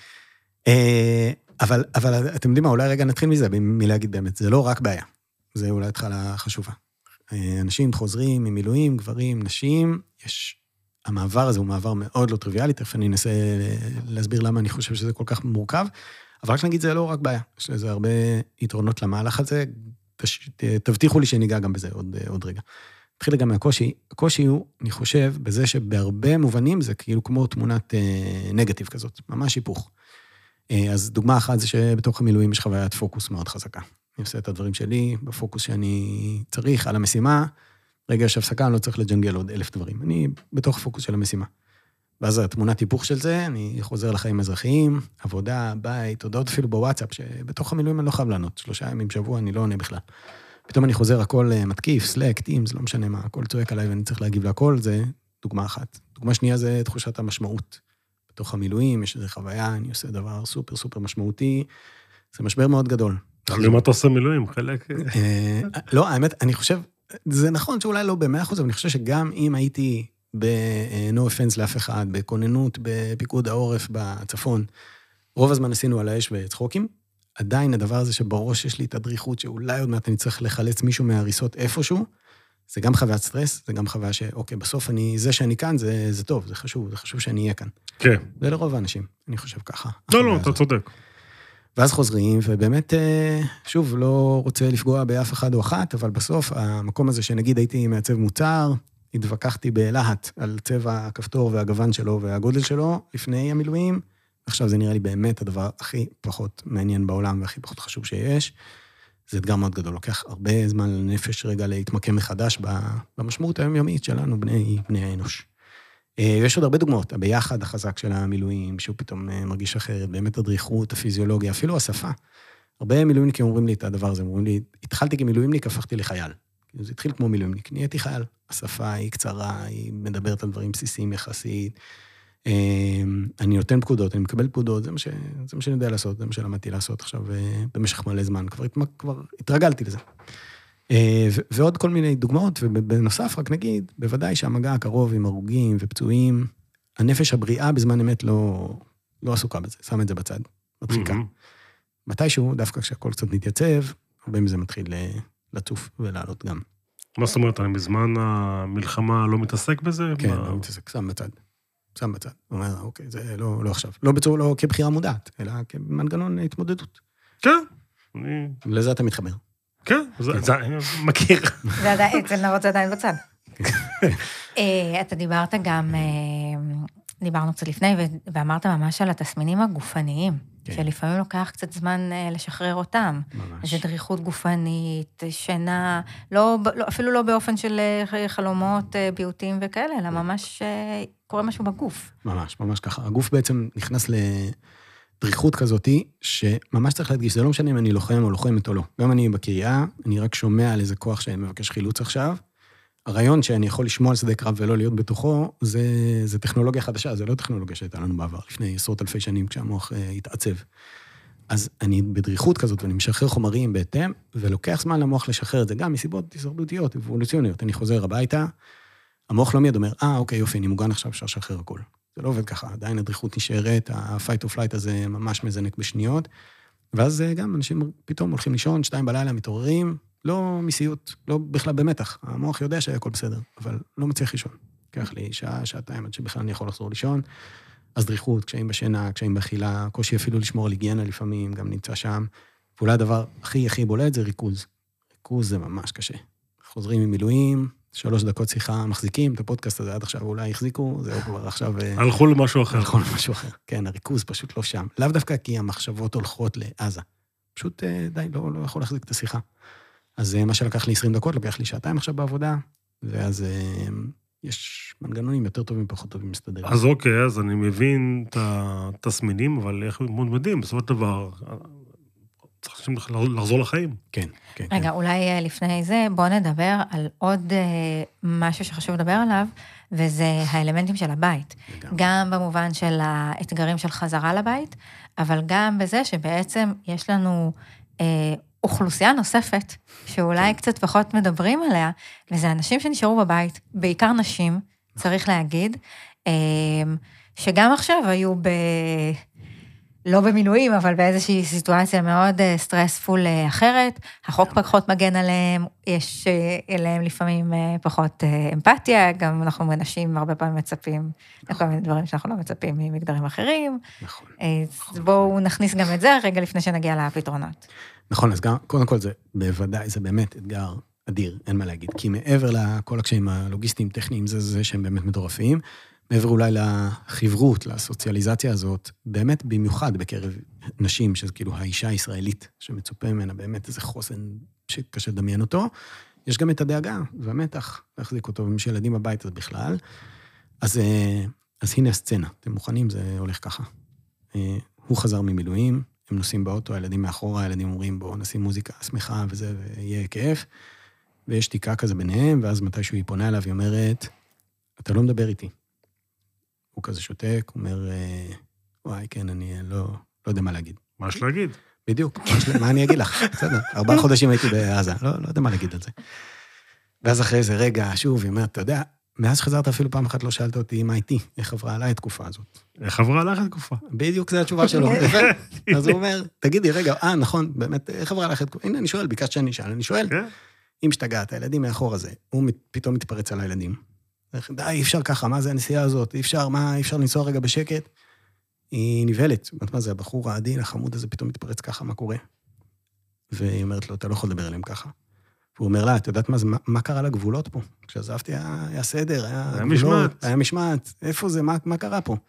אבל אתם יודעים מה, אולי רגע נתחיל מזה, מלהגיד באמת, זה לא רק בעיה. זה אולי התחלה חשובה. אנשים חוזרים ממילואים, גברים, נשים, המעבר הזה הוא מעבר מאוד לא טריוויאלי, תכף אני אנסה להסביר למה אני חושב שזה כל כך מורכב, אבל רק נגיד, זה לא רק בעיה, יש לזה הרבה יתרונות למהלך הזה, תבטיחו לי שניגע גם בזה עוד רגע. נתחיל גם מהקושי, הקושי הוא, אני חושב, בזה שבהרבה מובנים זה כאילו כמו תמונת נגטיב כזאת, ממש היפוך. אז דוגמה אחת זה שבתוך המילואים יש חוויית פוקוס מאוד חזקה. אני עושה את הדברים שלי, בפוקוס שאני צריך, על המשימה, רגע יש הפסקה, אני לא צריך לג'נגל עוד 1000 דברים. אני בתוך פוקוס של המשימה. ואז התמונת היפוך של זה, אני חוזר לחיים אזרחיים, עבודה, בית, הודעות אפילו בוואטסאפ, שבתוך המילואים אני לא חייב לענות, 3 ימים בשבוע, אני לא עונה בכלל. פתאום אני חוזר, הכל מתקיף, סלק, טימס, לא משנה מה, הכל צועק עליי ואני צריך להגיב להכל, זה דוגמה אחת. דוגמה שנייה זה תחושת המשמעות. בתוך המילואים יש איזו חוויה, אני עושה דבר סופר סופר משמעותי, זה משבר מאוד גדול. למה אתה עושה מילואים? חלק... לא, האמת, אני חושב, זה נכון שאולי לא ב100%, אבל אני חושב שגם אם הייתי ב-no offense לאף אחד, בכוננות, בפיקוד העורף בצפון, רוב הזמן עשינו על האש וצחוקים, עדיין הדבר הזה שבראש יש לי את הדריכות, שאולי עוד מעט אני צריך לחלץ מישהו מההריסות איפשהו, זה גם חוויית סטרס, זה גם חוויה שאוקיי, בסוף זה שאני כאן, זה טוב, זה חשוב שאני אהיה כאן. כן. זה לרוב האנשים, אני חושב ככה. לא, אתה צודק. ואז חוזרים, ובאמת, שוב, לא רוצה לפגוע באף אחד או אחת, אבל בסוף, המקום הזה שנגיד הייתי מעצב מוצר, התווכחתי בלהט על צבע הכפתור והגוון שלו והגודל שלו, לפני המילואים, עכשיו זה נראה לי באמת הדבר הכי פחות מעניין בעולם, והכי פחות חשוב שיש. זה אתגר מאוד גדול, לוקח הרבה זמן לנפש רגע להתמקם מחדש במשמעות היומיומית שלנו, בני האנוש. יש עוד הרבה דוגמאות, הביחד החזק של המילואים, שהוא פתאום מרגיש אחרת, באמת הדריכות, הפיזיולוגיה, אפילו השפה. הרבה מילואימניקים אומרים לי את הדבר הזה, אומרים לי, התחלתי כמילואימניק, הפכתי לחייל. זה התחיל כמו מילואימניק, נהייתי חייל. השפה היא קצרה, היא מדברת על דברים בסיסיים יחסית. אני נותן פקודות, אני מקבל פקודות, זה מה שאני יודע לעשות, זה מה שלמדתי לעשות עכשיו במשך מלא זמן, כבר התרגלתי לזה. ועוד כל מיני דוגמאות, ובנוסף רק נגיד, בוודאי שהמגע הקרוב עם הרוגים ופצועים, הנפש הבריאה בזמן אמת לא עסוקה בזה, שם את זה בצד, מדחיקה. מתישהו, דווקא כשהכל קצת מתייצב, הרבה מזה מתחיל לצוף ולעלות גם. מה זאת אומרת, אני בזמן המלחמה לא מתעסק בזה? כן, לא מתעסק, שם בצד. הוא אומר, אוקיי, זה לא עכשיו. לא כבחירה מודעת, אלא כמנגנון התמודדות. כן. לזה אתה מתחבר. כן, זה אני מכיר. אצל נרות זה עדיין בצד. אתה דיברת גם, דיברנו קצת לפני, ואמרת ממש על התסמינים הגופניים, שלפעמים לוקח קצת זמן לשחרר אותם. זה דריכות גופנית, שינה, אפילו לא באופן של חלומות ביוטים וכאלה, אלא ממש קורה משהו בגוף. ממש ככה. הגוף בעצם נכנס לדריכות כזאת, שממש צריך להדגיש, זה לא משנה אם אני לוחם או לוחמת או לא. גם אני בקריאה, אני רק שומע על איזה כוח שמבקש חילוץ עכשיו. הרעיון שאני יכול לשמוע על שדה קרב ולא להיות בתוכו, זה טכנולוגיה חדשה, זה לא טכנולוגיה שהייתה לנו בעבר, לפני עשרות אלפי שנים כשהמוח התעצב. אז אני בדריכות כזאת, ואני משחרר חומרים בהתאם, ולוקח זמן למוח לשחרר את זה, גם מסיבות הישרדותיות, אבולוציוניות. אני חוזר הביתה, המוח לא מיד אומר, אוקיי, יופי, אני מוגן עכשיו, אפשר לשחרר הכל. זה לא עובד ככה, עדיין הדריכות נשארת, ה-fight or flight הזה ממש מזנק בשניות, ואז גם אנשים פתאום הולכים לישון, 2 בלילה, מתעוררים, לא מסיוט, לא בכלל במתח. המוח יודע שהיה הכל בסדר, אבל לא מצליח לישון. קח לי שעה, שעתיים, עד שבכלל אני יכול לחזור לישון. אז דריכות, קשיים בשינה, קשיים באכילה, קושי אפילו לשמור על היגיינה לפעמים, גם נמצא שם. ואולי הדבר הכי בולט זה ריכוז. ריכוז זה ממש קשה. חוזרים ממילואים, 3 דקות שיחה, מחזיקים את הפודקאסט הזה עד עכשיו, אולי החזיקו, זהו כבר עכשיו... הלכו למשהו אחר. הלכו למשהו אחר. כן, הריכוז פשוט לא שם. לאו דווקא כי המחשבות הולכות לעזה. פשוט די, לא יכול להחזיק את השיחה. אז מה שלקח לי 20 דקות, לוקח לי 2 שעתיים עכשיו בעבודה, ואז יש מנגנונים יותר טובים, פחות טובים מסתדרים. אז אוקיי, אז אני מבין את התסמינים, אבל איך מודדים? בסופו של דבר, צריכים לחזור לחיים. כן. רגע, אולי לפני זה, בואו נדבר על עוד משהו שחשוב לדבר עליו, וזה האלמנטים של הבית. גם במובן של האתגרים של חזרה לבית, אבל גם בזה שבעצם יש לנו אוכלוסייה נוספת, שאולי קצת פחות מדברים עליה, וזה אנשים שנשארו בבית, בעיקר נשים, צריך להגיד, שגם עכשיו היו לא במילואים, אבל באיזושהי סיטואציה מאוד סטרספול אחרת, החוק פחות מגן עליהם, יש אליהם לפעמים פחות אמפתיה, גם אנחנו מנשים הרבה פעמים מצפים, לכל מיני דברים שאנחנו לא מצפים ממגדרים אחרים. נכון. אז בואו נכניס גם את זה רגע לפני שנגיע לפתרונות. נכון, אז גם, קודם כל זה בוודאי, זה באמת אתגר אדיר, אין מה להגיד, כי מעבר לכל הקשיים הלוגיסטיים, טכניים, זה שהם באמת מטורפים, מעבר אולי לחברות, לסוציאליזציה הזאת, באמת במיוחד בקרב נשים, שזה כאילו האישה הישראלית, שמצופה ממנה באמת איזה חוסן שקשה לדמיין אותו, יש גם את הדאגה והמתח להחזיק אותו, ומי שילדים בבית אז בכלל, אז הנה הסצנה, אתם מוכנים, זה הולך ככה. הוא חזר ממילואים, הם נוסעים באוטו, הילדים מאחורה, הילדים אומרים, בואו נשים מוזיקה שמחה וזה, ויהיה כיף, ויש תיקה כזה ביניהם, ואז מתישהו היא פונה אליו, היא אומרת, אתה לא מדבר איתי. הוא כזה שותק, הוא אומר, וואי, כן, אני לא יודע מה להגיד. מה יש להגיד? בדיוק, מה אני אגיד לך? בסדר, 4 חודשים הייתי בעזה, לא יודע מה להגיד על זה. ואז אחרי איזה רגע, שוב, היא אומרת, אתה יודע, מאז שחזרת אפילו פעם אחת לא שאלת אותי מה איתי, איך עברה עליי התקופה הזאת. איך עברה עליך התקופה? בדיוק, זו התשובה שלו. אז הוא אומר, תגידי, רגע, נכון, באמת, איך עברה עליך התקופה? הנה, אני שואל, ביקשת שאני שאל, אני שואל, אם שתגעת, הילדים מאחור הזה, הוא פתאום מתפרץ על הילדים. די, אי אפשר ככה, מה זה הנסיעה הזאת? אי אפשר לנסוע רגע בשקט? היא נבהלת. מה זה, הבחור העדין, החמוד הזה, פתאום מתפרץ ככה, מה קורה? והיא אומרת לו, אתה לא יכול לדבר עליהם ככה. והוא אומר לה, את יודעת מה קרה לגבולות פה? כשעזבתי היה סדר, היה גבולות, היה משמעת. איפה זה? מה קרה פה?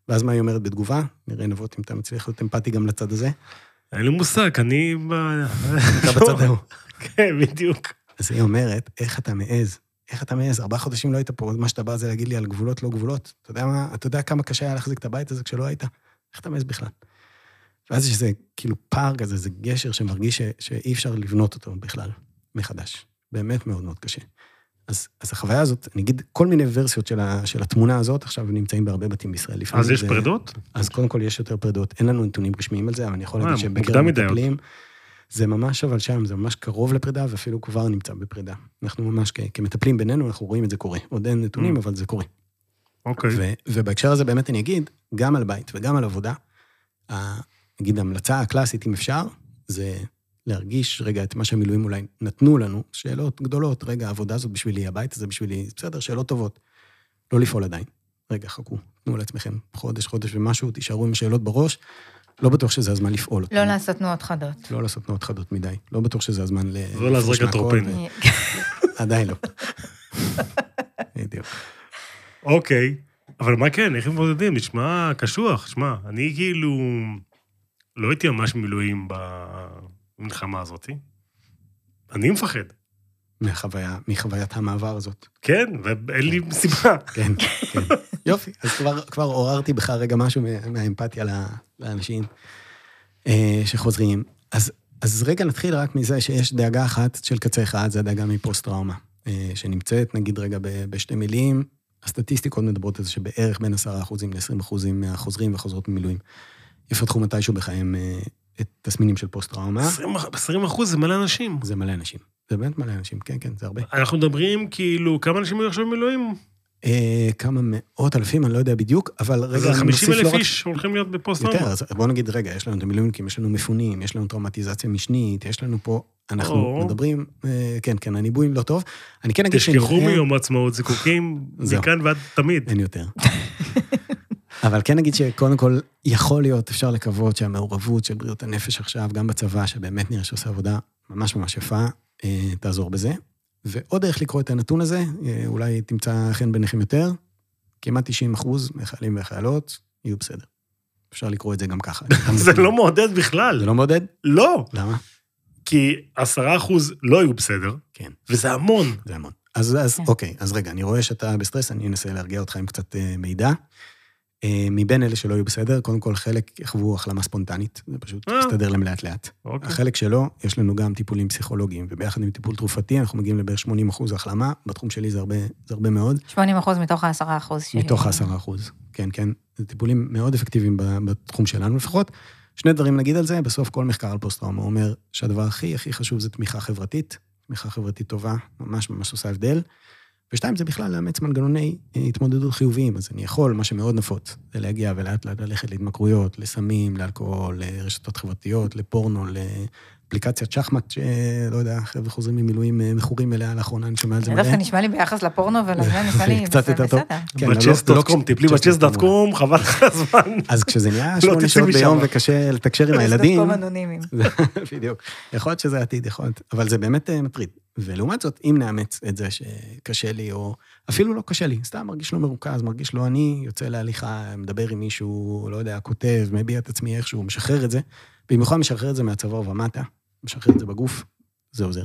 ואז מה היא אומרת בתגובה? נראה נבות אם אתה מצליח להיות אמפתי גם לצד הזה. אין לי מושג, אני... אתה בצד ההוא. כן, בדיוק. אז היא אומרת, איך אתה מעז? איך אתה מעז? 4 חודשים לא היית פה, מה שאתה בא זה להגיד לי על גבולות, לא גבולות. אתה יודע מה? אתה יודע כמה קשה היה להחזיק את הבית הזה כשלא היית? איך אתה מעז בכלל? ואז יש איזה כאילו פער כזה, זה גשר שמרגיש שאי אפשר לבנות אותו בכלל, מחדש. באמת מאוד מאוד קשה. אז החוויה הזאת, אני אגיד, כל מיני ורסיות של התמונה הזאת, עכשיו נמצאים בהרבה בתים בישראל. אז יש פרדות? אז קודם כל יש יותר פרדות. אין לנו נתונים רשמיים על זה, אבל אני יכול להגיד שבקרב מטפלים, זה ממש אבל שם, זה ממש קרוב לפרידה, ואפילו כבר נמצא בפרידה. אנחנו ממש כמטפלים בינינו, אנחנו רואים את זה קורה. עוד אין נתונים, אבל זה קורה. אוקיי. ובהקשר הזה באמת אני אגיד, גם על בית וגם על עבודה, נגיד, ההמלצה הקלאסית, אם אפשר, זה להרגיש רגע את מה שהמילואים אולי נתנו לנו, שאלות גדולות, רגע, העבודה הזאת בשבילי, הבית הזה בשבילי, בסדר, שאלות טובות. לא לפעול עדיין. רגע, חכו, תנו לעצמכם חודש ומשהו, תישארו עם השאלות בראש, לא בטוח שזה הזמן לפעול. לא לעשות תנועות חדות. לא לעשות תנועות חדות מדי. לא בטוח שזה הזמן לא להזרק אטרופין. עדיין לא. בדיוק. אוקיי, אבל מה כן, איך הם מודדים? נשמע קשוח, שמע, אני כאילו לא הייתי ממש מילואים במלחמה הזאת. אני מפחד. מחוויית המעבר הזאת. כן, ואין לי סיבה. כן, כן. יופי, אז כבר עוררתי בך רגע משהו מהאמפתיה לאנשים שחוזרים. אז רגע נתחיל רק מזה שיש דאגה אחת של קצה אחד, זה הדאגה מפוסט-טראומה, שנמצאת, נגיד רגע בשתי מילים, הסטטיסטיקות מדברות על זה שבערך בין 10% ל-20% מהחוזרים וחוזרות ממילואים, יפתחו מתישהו בחיים את תסמינים של פוסט-טראומה. 20% זה מלא אנשים. זה מלא אנשים. זה באמת מלא אנשים, כן, כן, זה הרבה. אנחנו מדברים כאילו, כמה אנשים היו עכשיו במילואים? כמה מאות אלפים, אני לא יודע בדיוק, אבל רגע, אז 50,000 איש הולכים להיות בפוסט-טראומה. יותר, אז בואו נגיד, רגע, יש לנו את המילואימניקים, יש לנו מפונים, יש לנו טראומטיזציה משנית, יש לנו פה, אנחנו מדברים, כן, כן, הניבויים לא טוב. אני כן אגיד תשכחו מיום העצמאות, זיקוקים, מכאן ועד תמיד. אין יותר. אבל כן נגיד שקודם כל, יכול להיות, אפשר לקוות שהמעורבות של בריאות הנפש עכשיו, גם בצבא, שבאמת נראה שעושה עבודה ממש ממש יפה, תעזור בזה. ועוד דרך לקרוא את הנתון הזה, אולי תמצא חן ביניכם יותר, כמעט 90% מהחיילים והחיילות יהיו בסדר. אפשר לקרוא את זה גם ככה. זה לא מעודד בכלל. זה לא מעודד? לא. למה? כי 10% לא יהיו בסדר, כן. וזה המון. זה המון. אז אוקיי, אז רגע, אני רואה שאתה בסטרס, אני אנסה להרגיע אותך עם קצת מידע. מבין אלה שלא יהיו בסדר, קודם כל חלק יחוו החלמה ספונטנית, זה פשוט יסתדר להם לאט לאט. החלק שלו, יש לנו גם טיפולים פסיכולוגיים, וביחד עם טיפול תרופתי, אנחנו מגיעים לבערך 80% החלמה, בתחום שלי זה הרבה מאוד. 80% מתוך ה10%. מתוך ה10%, כן, כן. זה טיפולים מאוד אפקטיביים בתחום שלנו לפחות. שני דברים נגיד על זה, בסוף כל מחקר על פוסט-טראומה אומר שהדבר הכי חשוב זה תמיכה חברתית טובה, ממש ממש עושה הבדל. ושתיים, זה בכלל לאמץ מנגנוני התמודדות חיוביים, אז אני יכול, מה שמאוד נפוץ, זה להגיע ולאט ללכת להתמכרויות, לסמים, לאלכוהול, לרשתות חברתיות, לפורנו, לאפליקציית שחמט, שלא יודע, חבר'ה חוזרים ממילואים מכורים אליה לאחרונה, אני שומע על זה מלא. דווקא נשמע לי ביחס לפורנו ולזה נשמע לי קצת יותר טוב. בצ'ס.קום, טיפלי בצ'ס.קום, חבל לך הזמן. אז כשזה נהיה 8 שעות ביום וקשה לתקשר עם הילדים, צ'ס.קום אנונימיים. בדיוק. יכול להיות שזה עתיד, יכול להיות, אבל זה באמת מטריד. ולעומת זאת, אם נאמץ את זה שקשה לי, או אפילו לא קשה לי, סתם מרגיש לא מרוכז, מרגיש לא אני, יוצא להליכה, מדבר עם מישהו, לא יודע, כותב, מביע את עצמי איכשהו, משחרר את זה, במיוחד משחרר את זה מהצוואר ומטה, משחרר את זה בגוף, זה עוזר.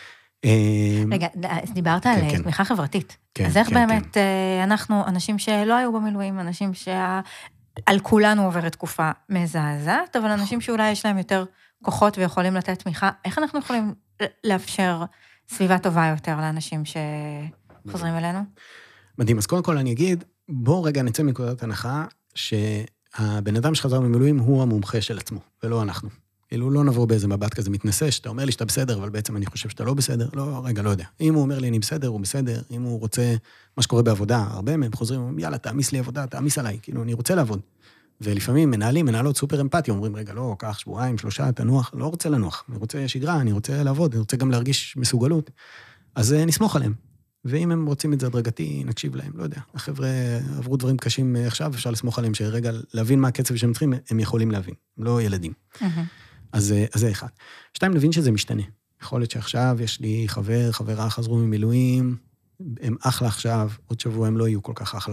רגע, דיברת על תמיכה חברתית. אז איך באמת אנחנו, אנשים שלא היו במילואים, אנשים שעל כולנו עוברת תקופה מזעזעת, אבל אנשים שאולי יש להם יותר כוחות ויכולים לתת תמיכה, איך אנחנו יכולים לאפשר סביבה טובה יותר לאנשים שחוזרים אלינו? מדהים, אז קודם כל אני אגיד, בואו רגע נצא מנקודת הנחה, שהבן אדם שחזר ממילואים הוא המומחה של עצמו, ולא אנחנו. כאילו לא נבוא באיזה מבט כזה מתנשא, שאתה אומר לי שאתה בסדר, אבל בעצם אני חושב שאתה לא בסדר, לא, רגע, לא יודע. אם הוא אומר לי אני בסדר, הוא בסדר, אם הוא רוצה מה שקורה בעבודה, הרבה מהם חוזרים, יאללה, תעמיס לי עבודה, תעמיס עליי, כאילו אני רוצה לעבוד. ולפעמים מנהלות סופר אמפתיה, אומרים, רגע, לא, קח 2-3, תנוח, לא רוצה לנוח, אני רוצה שגרה, אני רוצה לעבוד, אני רוצה גם להרגיש מסוגלות, אז נסמוך עליהם. ואם הם רוצים את זה הדרגתי, נקשיב להם, לא יודע. החבר'ה עברו דברים קשים עכשיו, אפשר לסמוך עליהם שרגע להבין מה הקצב שהם צריכים, הם יכולים להבין, הם לא ילדים. אז זה אחד. 2, נבין שזה משתנה. יכול להיות שעכשיו יש לי חברה, חזרו ממילואים, הם אחלה עכשיו, עוד שבוע הם לא יהיו כל כך אחלה,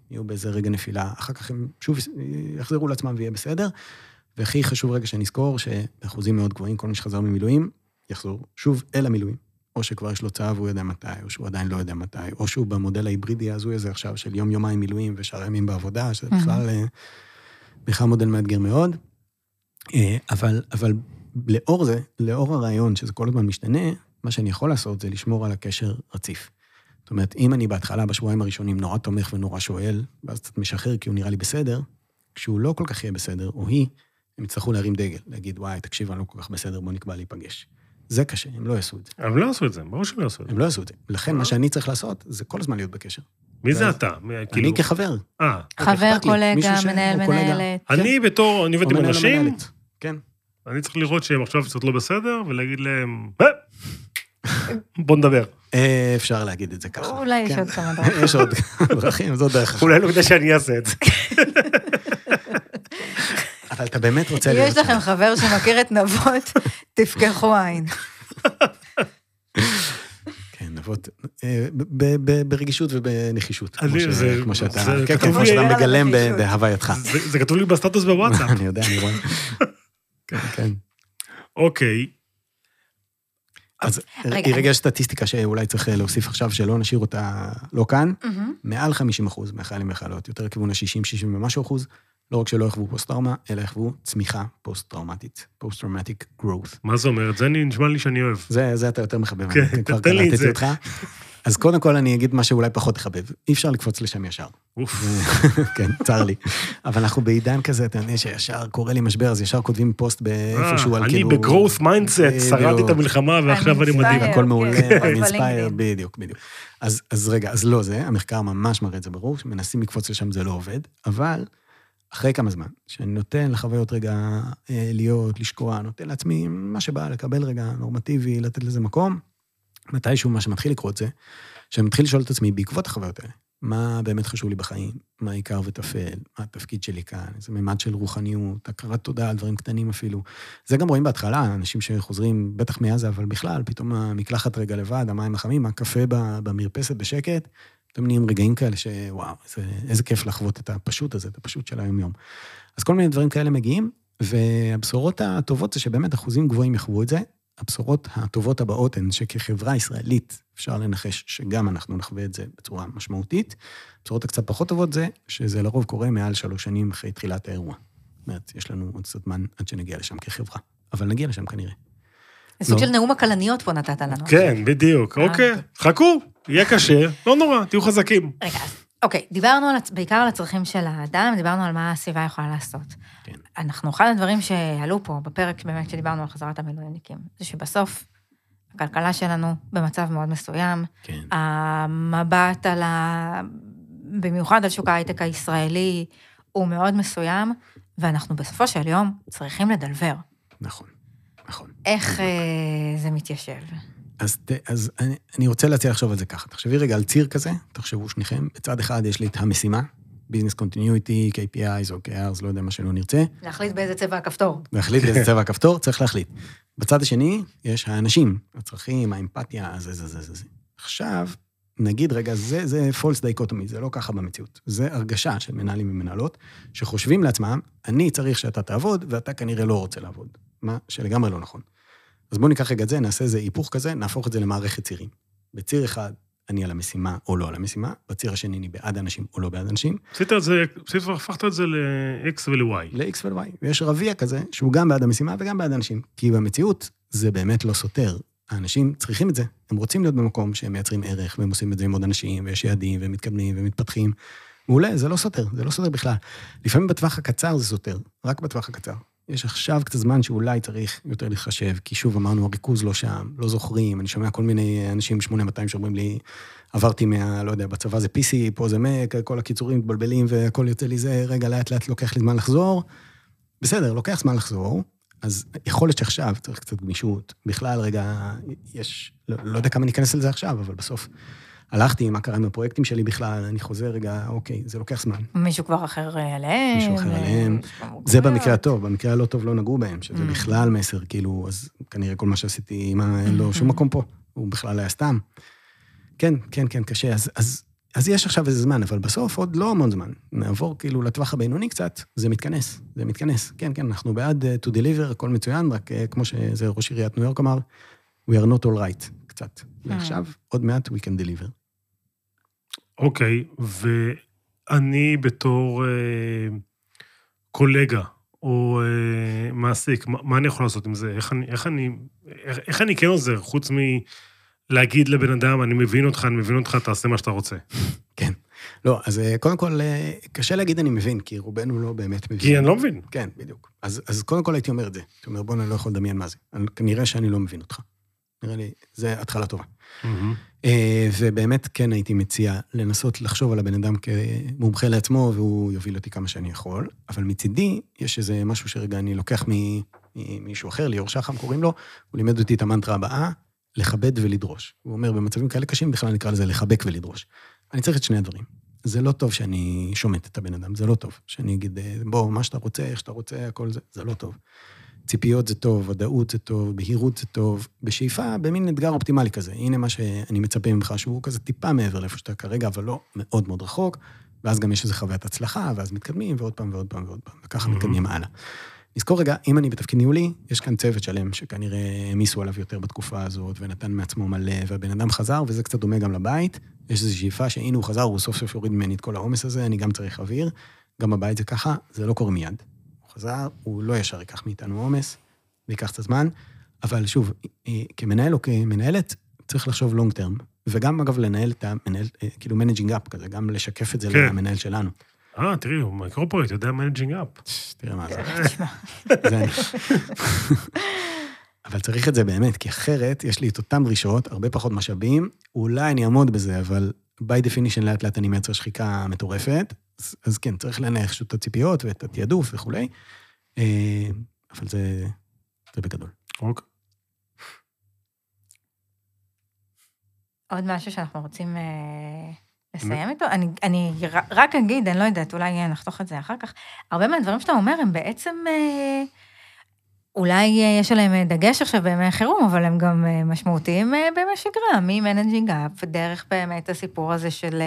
יהיו באיזה רגע נפילה, אחר כך הם שוב יחזרו לעצמם ויהיה בסדר, והכי חשוב רגע שנזכור שבאחוזים מאוד גבוהים, כל מי שחזר ממילואים, יחזור שוב אל המילואים, או שכבר יש לו צו והוא יודע מתי, או שהוא עדיין לא יודע מתי, או שהוא במודל ההיברידי הזוי הזה עכשיו של יום-יומיים מילואים ושאר ימים בעבודה, שזה בכלל מודל מאתגר מאוד, אבל לאור זה, לאור הרעיון שזה כל הזמן משתנה, מה שאני יכול לעשות זה לשמור על הקשר רציף. זאת אומרת, אם אני בהתחלה, בשבועיים הראשונים, נורא תומך ונורא שואל, ואז קצת משחרר כי הוא נראה לי בסדר, כשהוא לא כל כך יהיה בסדר, או היא, הם יצטרכו להרים דגל, להגיד, וואי, תקשיב, אני לא כל כך בסדר, בוא נקבע להיפגש. זה קשה, הם לא יעשו את זה. הם לא יעשו את זה, ברור שהם לא יעשו את זה. הם לא יעשו את זה. לכן, מה שאני צריך לעשות, זה כל הזמן להיות בקשר. מי זה אתה? אני כחבר. חבר, קולגה, מנהל, מנהלת. אני בתור, אני עובד עם אנשים, כן. אני צריך לראות שהם עכשיו קצת לא בסדר, ולהגיד להם, בוא נדבר. אפשר להגיד את זה ככה. אולי יש עוד כמה דרכים. יש עוד דרכים, זאת דרך. אולי לא כדי שאני אעשה את זה. אבל אתה באמת רוצה להיות... יש לכם חבר שמכיר את נבות, תפקחו עין. כן, נבות, ברגישות ובנחישות, כמו שאתה מגלם בהווייתך. זה כתוב לי בסטטוס בוואטסאפ. אני יודע, אני רואה. כן, כן. אוקיי. אז רגע סטטיסטיקה שאולי צריך להוסיף עכשיו, שלא נשאיר אותה לא כאן, מעל 50% מהחיילים וחיילות, יותר כיוון ה-60 ומשהו אחוז, לא רק שלא יחוו פוסט-טראומה, אלא יחוו צמיחה פוסט-טראומטית, post-traumatic growth. מה זה אומר? זה נשמע לי שאני אוהב. זה אתה יותר מחבב. כן, תתן לי את זה. אז קודם כל אני אגיד מה שאולי פחות תחבב. אי אפשר לקפוץ לשם ישר. כן, צר לי. אבל אנחנו בעידן כזה, אתה יודע שישר קורא לי משבר, אז ישר כותבים פוסט באיפשהו על כאילו... אני בגרוס מיינדסט, שרדתי את המלחמה, ועכשיו אני מדהים. הכל מעולה, אני אינספייר, בדיוק. אז רגע, אז לא זה, המחקר ממש מראה את זה ברור, שמנסים לקפוץ לשם זה לא עובד, אבל אחרי כמה זמן, שאני נותן לחוויות רגע להיות, לשקוע, נותן לעצמי מה שבא, לקבל רגע נורמטיבי, לתת לזה מקום, מתישהו מה שמתחיל לקרות זה, שאני מתחיל לשאול את עצמי בעקבות החוויות האלה, מה באמת חשוב לי בחיים, מה העיקר וטפל, מה התפקיד שלי כאן, איזה ממד של רוחניות, הכרת תודה על דברים קטנים אפילו. זה גם רואים בהתחלה, אנשים שחוזרים בטח מעזה, אבל בכלל, פתאום המקלחת רגע לבד, המים החמים, הקפה במרפסת בשקט, פתאום נהיים רגעים כאלה שוואו, איזה כיף לחוות את הפשוט הזה, את הפשוט של היום-יום. אז כל מיני דברים כאלה מגיעים, והבשורות הטובות זה שבאמת אחוזים גבוהים יחוו את זה, הבשורות הטובות הבאות הן שכחברה ישראלית אפשר לנחש שגם אנחנו נחווה את זה בצורה משמעותית. הבשורות הקצת פחות טובות זה שזה לרוב קורה מעל 3 שנים אחרי תחילת האירוע. זאת אומרת, יש לנו עוד קצת זמן עד שנגיע לשם כחברה, אבל נגיע לשם כנראה. זה סוג של נאום הכלניות פה נתת לנו. כן, בדיוק. אוקיי, חכו, יהיה קשה, לא נורא, תהיו חזקים. רגע, אוקיי, דיברנו בעיקר על הצרכים של האדם, דיברנו על מה הסביבה יכולה לעשות. כן. אנחנו, אחד הדברים שעלו פה בפרק באמת שדיברנו על חזרת המילואימניקים, זה שבסוף הכלכלה שלנו במצב מאוד מסוים, כן. המבט במיוחד על שוק ההייטק הישראלי הוא מאוד מסוים, ואנחנו בסופו של יום צריכים לדלבר. נכון, נכון. איך זה מתיישב? אז אני רוצה להציע לחשוב על זה ככה. תחשבי רגע על ציר כזה, תחשבו שניכם. בצד אחד יש לי את המשימה, Business Continuity, KPIs או KRs, לא יודע מה שלא נרצה. להחליט באיזה צבע הכפתור. להחליט באיזה צבע הכפתור, צריך להחליט. בצד השני יש האנשים, הצרכים, האמפתיה, זה. עכשיו, נגיד רגע, זה false dichotomy, זה לא ככה במציאות. זה הרגשה של מנהלים ומנהלות, שחושבים לעצמם, אני צריך שאתה תעבוד, ואתה כנראה לא רוצה לעבוד. מה שלגמרי לא נכון. אז בואו ניקח רגע את זה, נעשה איזה היפוך כזה, נהפוך את זה למערכת צירים. בציר אחד, אני על המשימה או לא על המשימה, בציר השני, אני בעד אנשים או לא בעד אנשים. הפכת את זה ל-X ול-Y. ל-X ול-Y. ויש רביע כזה, שהוא גם בעד המשימה וגם בעד אנשים. כי במציאות, זה באמת לא סותר. האנשים צריכים את זה. הם רוצים להיות במקום שהם מייצרים ערך, והם עושים את זה עם עוד אנשים, ויש יעדים, והם מתקדמים, ומתפתחים. מעולה, זה לא סותר בכלל. לפעמים בטווח הקצר זה סותר, רק בטווח הקצר. יש עכשיו קצת זמן שאולי צריך יותר להתחשב, כי שוב אמרנו, הריכוז לא שם, לא זוכרים, אני שומע כל מיני אנשים 8200 שאומרים לי, עברתי לא יודע, בצבא זה PC, פה זה מק, כל הקיצורים מתבלבלים, והכל יוצא לי זה, רגע, לאט לוקח לי זמן לחזור. בסדר, לוקח זמן לחזור, אז יכול להיות שעכשיו צריך קצת גמישות. בכלל, רגע, יש, לא יודע כמה ניכנס לזה עכשיו, אבל בסוף הלכתי, מה קרה עם הפרויקטים שלי בכלל, אני חוזר רגע, אוקיי, זה לוקח זמן. מישהו כבר אחר עליהם. מישהו אחר עליהם. זה במקרה הטוב, במקרה הלא טוב לא נגעו בהם, שזה בכלל מסר, כאילו, אז כנראה כל מה שעשיתי, אין לו שום מקום פה, הוא בכלל היה סתם. כן, קשה. אז יש עכשיו איזה זמן, אבל בסוף עוד לא המון זמן. נעבור כאילו לטווח הבינוני קצת, זה מתכנס. כן, אנחנו בעד to deliver, הכל מצוין, רק כמו שזה ראש עיריית ניו יורק אמר, we are not all right, קצת. ועכשיו, עוד מעט we can deliver. אוקיי, ואני בתור קולגה, או מעסיק, מה אני יכול לעשות עם זה? איך אני כן עוזר, חוץ מלהגיד לבן אדם, אני מבין אותך, תעשה מה שאתה רוצה. כן. לא, אז קודם כל, קשה להגיד אני מבין, כי רובנו לא באמת מבין. כי אני לא מבין. כן, בדיוק. אז קודם כל הייתי אומר את זה. הייתי אומר, בוא, אני לא יכול לדמיין מה זה. כנראה שאני לא מבין אותך. נראה לי, זה התחלה טובה. ובאמת כן הייתי מציע לנסות לחשוב על הבן אדם כמומחה לעצמו, והוא יוביל אותי כמה שאני יכול, אבל מצידי יש איזה משהו שרגע אני לוקח ממישהו אחר, ליאור שחם קוראים לו, הוא לימד אותי את המנטרה הבאה, לכבד ולדרוש. הוא אומר, במצבים כאלה קשים, בכלל נקרא לזה לחבק ולדרוש. אני צריך את שני הדברים. זה לא טוב שאני שומט את הבן אדם, זה לא טוב. שאני אגיד, בוא, מה שאתה רוצה, איך שאתה רוצה, הכל זה, זה לא טוב. ציפיות זה טוב, ודאות זה טוב, בהירות זה טוב, בשאיפה, במין אתגר אופטימלי כזה. הנה מה שאני מצפה ממך, שהוא כזה טיפה מעבר לאיפה שאתה כרגע, אבל לא מאוד מאוד רחוק, ואז גם יש איזו חוויית הצלחה, ואז מתקדמים, ועוד פעם ועוד פעם ועוד פעם, וככה מתקדמים הלאה. נזכור רגע, אם אני בתפקיד ניהולי, יש כאן צוות שלם, שכנראה מיסו עליו יותר בתקופה הזאת, ונתן מעצמו מלא, והבן אדם חזר, וזה קצת דומה גם לבית. יש איזו שאיפה שהנה הוא חזר, הוא סוף סוף יוריד ממני את כל העומס הזה, אני גם צריך אוויר. גם בבית זה ככה, זה לא קורה מיד. הוא חזר, הוא לא ישר ייקח מאיתנו עומס, ויקח את הזמן, אבל שוב, כמנהל או כמנהלת, צריך לחשוב long term, וגם אגב לנהל את המנהל, כאילו managing up כזה, גם לשקף את זה למנהל שלנו. תראי, הוא מיקרופורט, יודע managing up. תראה מה זה. אבל צריך את זה באמת, כי אחרת יש לי את אותם דרישות, הרבה פחות משאבים, אולי אני אעמוד בזה, אבל by definition לאט לאט אני מייצר שחיקה מטורפת, אז כן, צריך לנהל את הציפיות ואת התיעדוף וכולי, אבל זה בגדול. אוקיי. עוד משהו שאנחנו רוצים לסיים איתו? אני רק אגיד, אני לא יודעת, אולי נחתוך את זה אחר כך. הרבה מהדברים שאתה אומר הם בעצם, אולי יש עליהם דגש עכשיו בימי חירום, אבל הם גם משמעותיים בימי שגרה, מ-managing up, דרך באמת הסיפור הזה של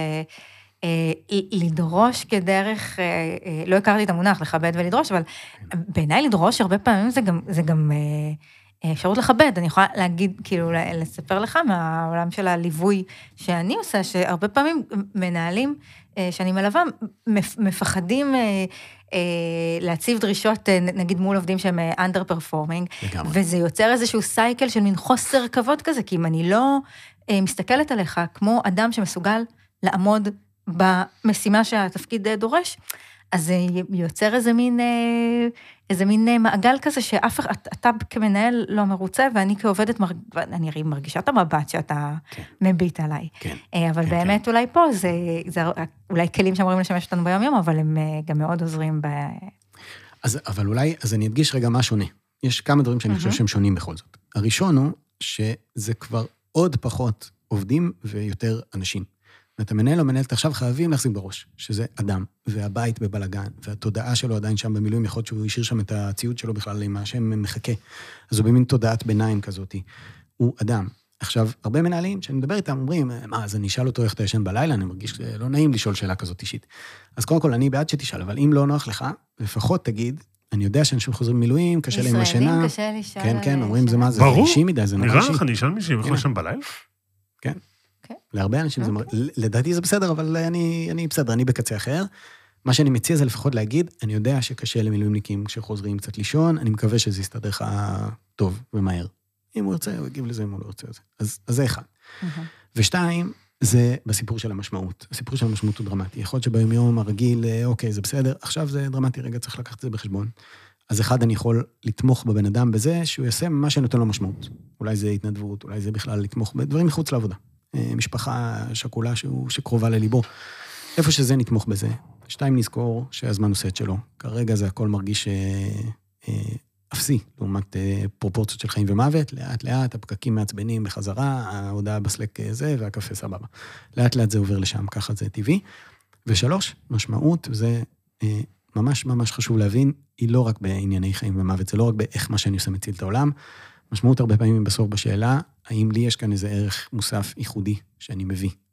לדרוש כדרך, לא הכרתי את המונח, לכבד ולדרוש, אבל בעיניי לדרוש הרבה פעמים זה גם אפשרות לכבד. אני יכולה להגיד, כאילו, לספר לך מהעולם של הליווי שאני עושה, שהרבה פעמים מנהלים שאני מלווה, מפחדים להציב דרישות, נגיד מול עובדים שהם under performing, וזה יוצר איזשהו סייקל של מין חוסר כבוד כזה, כי אם אני לא מסתכלת עליך כמו אדם שמסוגל לעמוד במשימה שהתפקיד דורש, אז זה יוצר איזה מין מעגל כזה אתה כמנהל לא מרוצה, ואני כעובדת, אני מרגישה את המבט שאתה מביט עליי. אבל באמת אולי פה, זה אולי כלים שאמורים לשמש אותנו ביום יום, אבל הם גם מאוד עוזרים אבל אולי, אז אני אדגיש רגע מה שונה. יש כמה דברים שאני חושב שהם שונים בכל זאת. הראשון הוא שזה כבר עוד פחות עובדים ויותר אנשים. ואתה מנהל או מנהלת עכשיו חייבים להחזיק בראש, שזה אדם, והבית בבלגן, והתודעה שלו עדיין שם במילואים, יכול להיות שהוא ישאיר שם את הציוד שלו בכלל, עם השם מחכה. אז הוא במין תודעת ביניים כזאת. הוא אדם. עכשיו, הרבה מנהלים שאני מדבר איתם אומרים, אז אני אשאל אותו איך אתה ישן בלילה, אני מרגיש לא נעים לשאול שאלה כזאת אישית. אז קודם כל, אני בעד שתשאל, אבל אם לא נוח לך, לפחות תגיד, אני יודע שאנשים חוזרים מילואים, קשה להם השינה. ישראלים קשה לשאול. כן, כן, אומרים זה מה, זה אישי מדי, זה נורא אישי. נראה לך, אני אשאל מישהו, יכול לשם בלילה? כן. להרבה אנשים זה, לדעתי זה בסדר, אבל אני בסדר, אני בקצה אחר. מה שאני מציע זה לפחות להגיד, אני יודע שקשה למילואימניקים כשחוזרים קצת לישון, אני מקווה שזה יסתדר לך טוב ומהר. אם הוא ירצה, הוא יגיב לזה, אם הוא לא ירצה את זה. אז זה אחד. ושתיים, זה בסיפור של המשמעות. הסיפור של המשמעות הוא דרמטי. יכול להיות שביום יום הרגיל, אוקיי, זה בסדר, עכשיו זה דרמטי, רגע, צריך לקחת את זה בחשבון. אז אחד, אני יכול לתמוך בבן אדם בזה, שהוא יעשה מה שנותן לו משמעות. אולי זה התנדבות, אולי זה בכלל לתמוך בדברים מחוץ לעבודה. משפחה שקולה שקרובה לליבו. איפה שזה נתמוך בזה. שתיים, נזכור שהזמן עושה את שלו. כרגע זה הכל מרגיש אפסי, לעומת פרופורציות של חיים ומוות. לאט לאט, הפקקים מעצבנים בחזרה, ההודעה בסלק זה, והקפה סבבה. לאט לאט זה עובר לשם, ככה זה טבעי. ושלוש, משמעות, זה ממש ממש חשוב להבין, היא לא רק בענייני חיים ומוות, זה לא רק באיך מה שאני עושה מציל את העולם, משמעות הרבה פעמים בסוף בשאלה, האם לי יש כאן איזה ערך מוסף ייחודי שאני מביא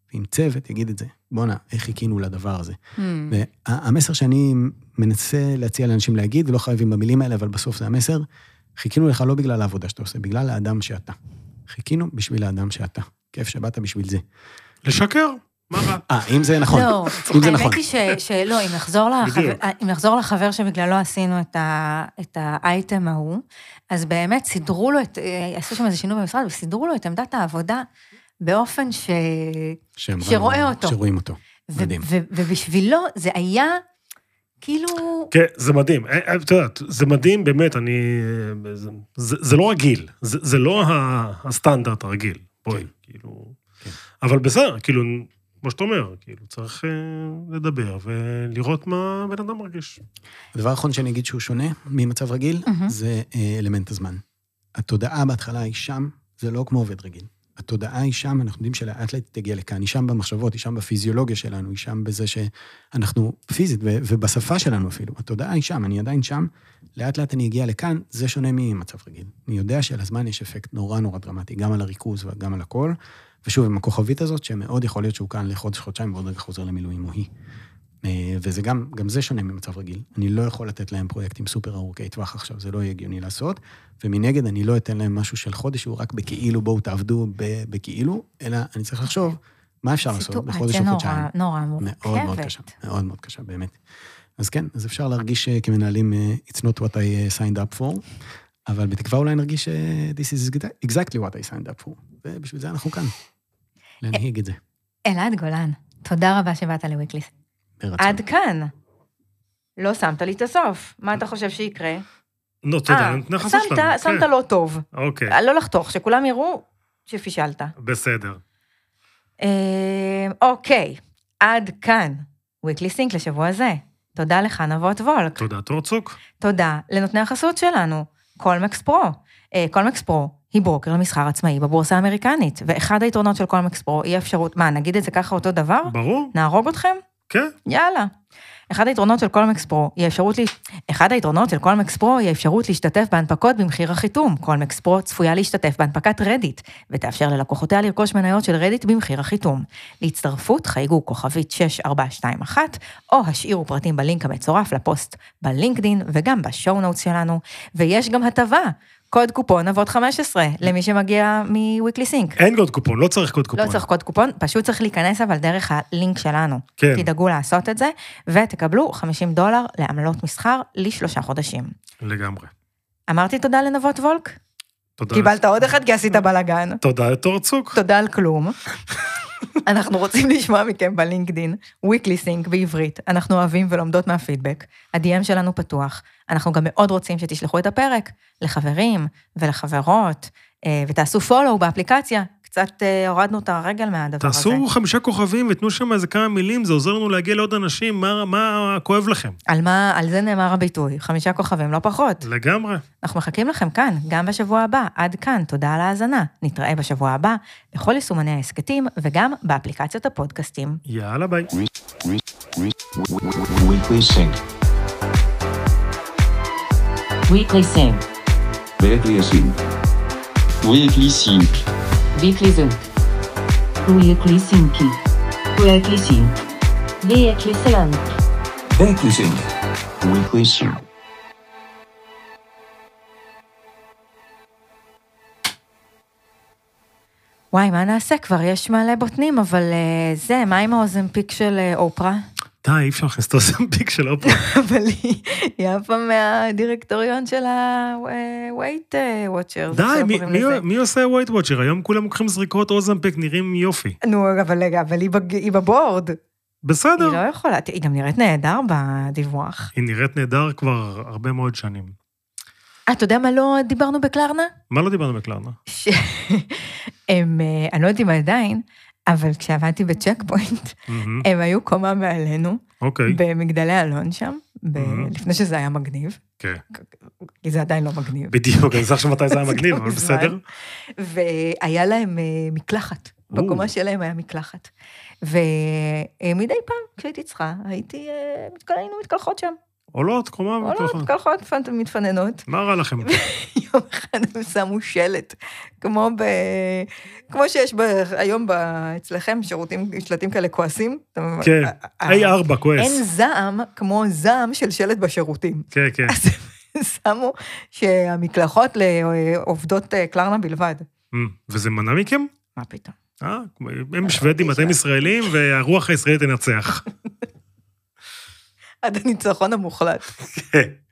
ואם צוות יגיד את זה, בוא'נה, איך חיכינו לדבר הזה. והמסר שאני מנסה להציע לאנשים להגיד, ולא חייבים במילים האלה, אבל בסוף זה המסר, חיכינו לך לא בגלל העבודה שאתה עושה, בגלל האדם שאתה. חיכינו בשביל האדם שאתה. כיף שבאת בשביל זה. לשקר? מה רע? אם זה נכון. לא, אם זה נכון. האמת היא שלא, אם נחזור לחבר שבגללו עשינו את האייטם ההוא, אז באמת סידרו לו עשו שם איזה שינוי במשרד, וסידרו לו את עמדת העבודה באופן שרואה אותו. שרואים אותו. מדהים. ובשבילו זה היה כאילו... כן, זה מדהים. את יודעת, זה מדהים באמת, זה לא רגיל. זה לא הסטנדרט הרגיל. בואי, כאילו... אבל בסדר, כאילו... כמו שאתה אומר, כאילו, צריך לדבר ולראות מה בן אדם מרגיש. הדבר האחרון שאני אגיד שהוא שונה ממצב רגיל, זה אלמנט הזמן. התודעה בהתחלה היא שם, זה לא כמו עובד רגיל. התודעה היא שם, אנחנו יודעים שלאט לאט תגיע לכאן, היא שם במחשבות, היא שם בפיזיולוגיה שלנו, היא שם בזה שאנחנו פיזית, ובשפה שלנו אפילו. התודעה היא שם, אני עדיין שם, לאט לאט אני אגיע לכאן, זה שונה ממצב רגיל. אני יודע שלזמן יש אפקט נורא נורא דרמטי, גם על הריכוז וגם על הכל, ושוב, עם הכוכבית הזאת, שמאוד יכול להיות שהוא כאן לחודש, חודשיים, ועוד רגע חוזר למילואים או היא. וזה גם זה שונה ממצב רגיל. אני לא יכול לתת להם פרויקטים סופר ארוכי טווח עכשיו, זה לא יהיה הגיוני לעשות, ומנגד אני לא אתן להם משהו של חודש, שהוא רק בכאילו, בואו תעבדו בכאילו, אלא אני צריך לחשוב מה אפשר לעשות בחודש או חודשיים. זה נורא מורכבת. מאוד מאוד קשה, מאוד מאוד קשה, באמת. אז כן, אז אפשר להרגיש כמנהלים, it's not what I signed up for, אבל בתקווה אולי נרגיש ש this is exactly what I signed up for, ובשביל זה אנחנו כאן. להנהיג את זה. אלעד גולן, תודה רבה שבאת לוויקליס. עד כאן. לא שמת לי את הסוף. מה אתה חושב שיקרה? לא, תודה, נחסות שלנו. שמת לא טוב. אוקיי. לא לחתוך, שכולם יראו שפישלת. בסדר. אוקיי, עד כאן. וויקליסינק לשבוע זה. תודה לך, נבות וולק. תודה, תורצוק. תודה לנותני החסות שלנו, קולמקס פרו. קולמקס פרו היא ברוקר למסחר עצמאי בבורסה האמריקנית, ואחד היתרונות של קולמקס פרו היא אפשרות, מה, נגיד את זה ככה אותו דבר? ברור. נהרוג אתכם? כן. יאללה. אחד היתרונות של קולמקס פרו היא האפשרות להשתתף בהנפקות במחיר החיתום. קולמקס פרו צפויה להשתתף בהנפקת רדיט, ותאפשר ללקוחותיה לרכוש מניות של רדיט במחיר החיתום. להצטרפות חייגו כוכבית 6421, או השאירו פרטים בלינק המצורף לפוסט בלינקדין, וגם בשואו נוטס שלנו, ויש גם הטבה. קוד קופון נבות 15, למי שמגיע מוויקליסינק. אין קוד קופון, לא צריך קוד קופון. לא צריך קוד קופון, פשוט צריך להיכנס אבל דרך הלינק שלנו. כן. תדאגו לעשות את זה, ותקבלו $50 לעמלות מסחר ל3 חודשים. לגמרי. אמרתי תודה לנבות וולק? תודה. קיבלת עוד אחד כי עשית בלגן. תודה לתורצוק. תודה על כלום. אנחנו רוצים לשמוע מכם בלינקדין, וויקליסינק בעברית, אנחנו אוהבים ולומדות מהפידבק, ה-DM שלנו פתוח, אנחנו גם מאוד רוצים שתשלחו את הפרק לחברים ולחברות, ותעשו פולו באפליקציה, קצת הורדנו את הרגל מהדבר הזה. תעשו 5 כוכבים ותנו שם איזה כמה מילים, זה עוזר לנו להגיע לעוד אנשים, מה כואב לכם? על זה נאמר הביטוי, 5 כוכבים, לא פחות. לגמרי. אנחנו מחכים לכם כאן, גם בשבוע הבא, עד כאן, תודה על ההאזנה. נתראה בשבוע הבא, בכל יישומני העסקתים, וגם באפליקציות הפודקאסטים. יאללה, ביי. Weekly Sync. Weekly Sync. Weekly Sync. Weekly Sync. Weekly Sync. Weekly Sync. Weekly Sync. Weekly Sync. Weekly Sync. Weekly Sync. וואי, מה נעשה? כבר יש מלא בוטנים, אבל מה עם האוזנפיק של אופרה? די, אי אפשר להכניס את האוזנפיק של אופרה. אבל היא אף פעם מהדירקטוריון של ה-Weight Watchers. די, מי עושה Weight Watcher? היום כולם לוקחים זריקות אוזנפיק, נראים יופי. נו, אבל היא בבורד. בסדר. היא לא יכולה, היא גם נראית נהדר בדיווח. היא נראית נהדר כבר הרבה מאוד שנים. אתה יודע מה לא דיברנו בקלרנה? מה לא דיברנו בקלרנה? אני לא יודעת אם עדיין, אבל כשעבדתי בצ'ק פוינט, הם היו קומה מעלינו, במגדלי אלון שם, לפני שזה היה מגניב. כן. כי זה עדיין לא מגניב. בדיוק, אני זוכר שמתי זה היה מגניב, אבל בסדר. והיה להם מקלחת, בקומה שלהם היה מקלחת. ומדי פעם, כשהייתי צריכה, היינו מתקלחות שם. עולות, קומה עולות, קלחות מתפננות. מה רע לכם? יום אחד הם שמו שלט, כמו שיש היום אצלכם שלטים כאלה כועסים. כן, A4 כועס. אין זעם כמו זעם של שלט בשירותים. כן, כן. אז הם שמו שהמקלחות לעובדות קלרנה בלבד. וזה מנע מכם? מה פתאום? הם שוודים, אתם ישראלים, והרוח הישראלית תנצח. עד הניצחון המוחלט. כן.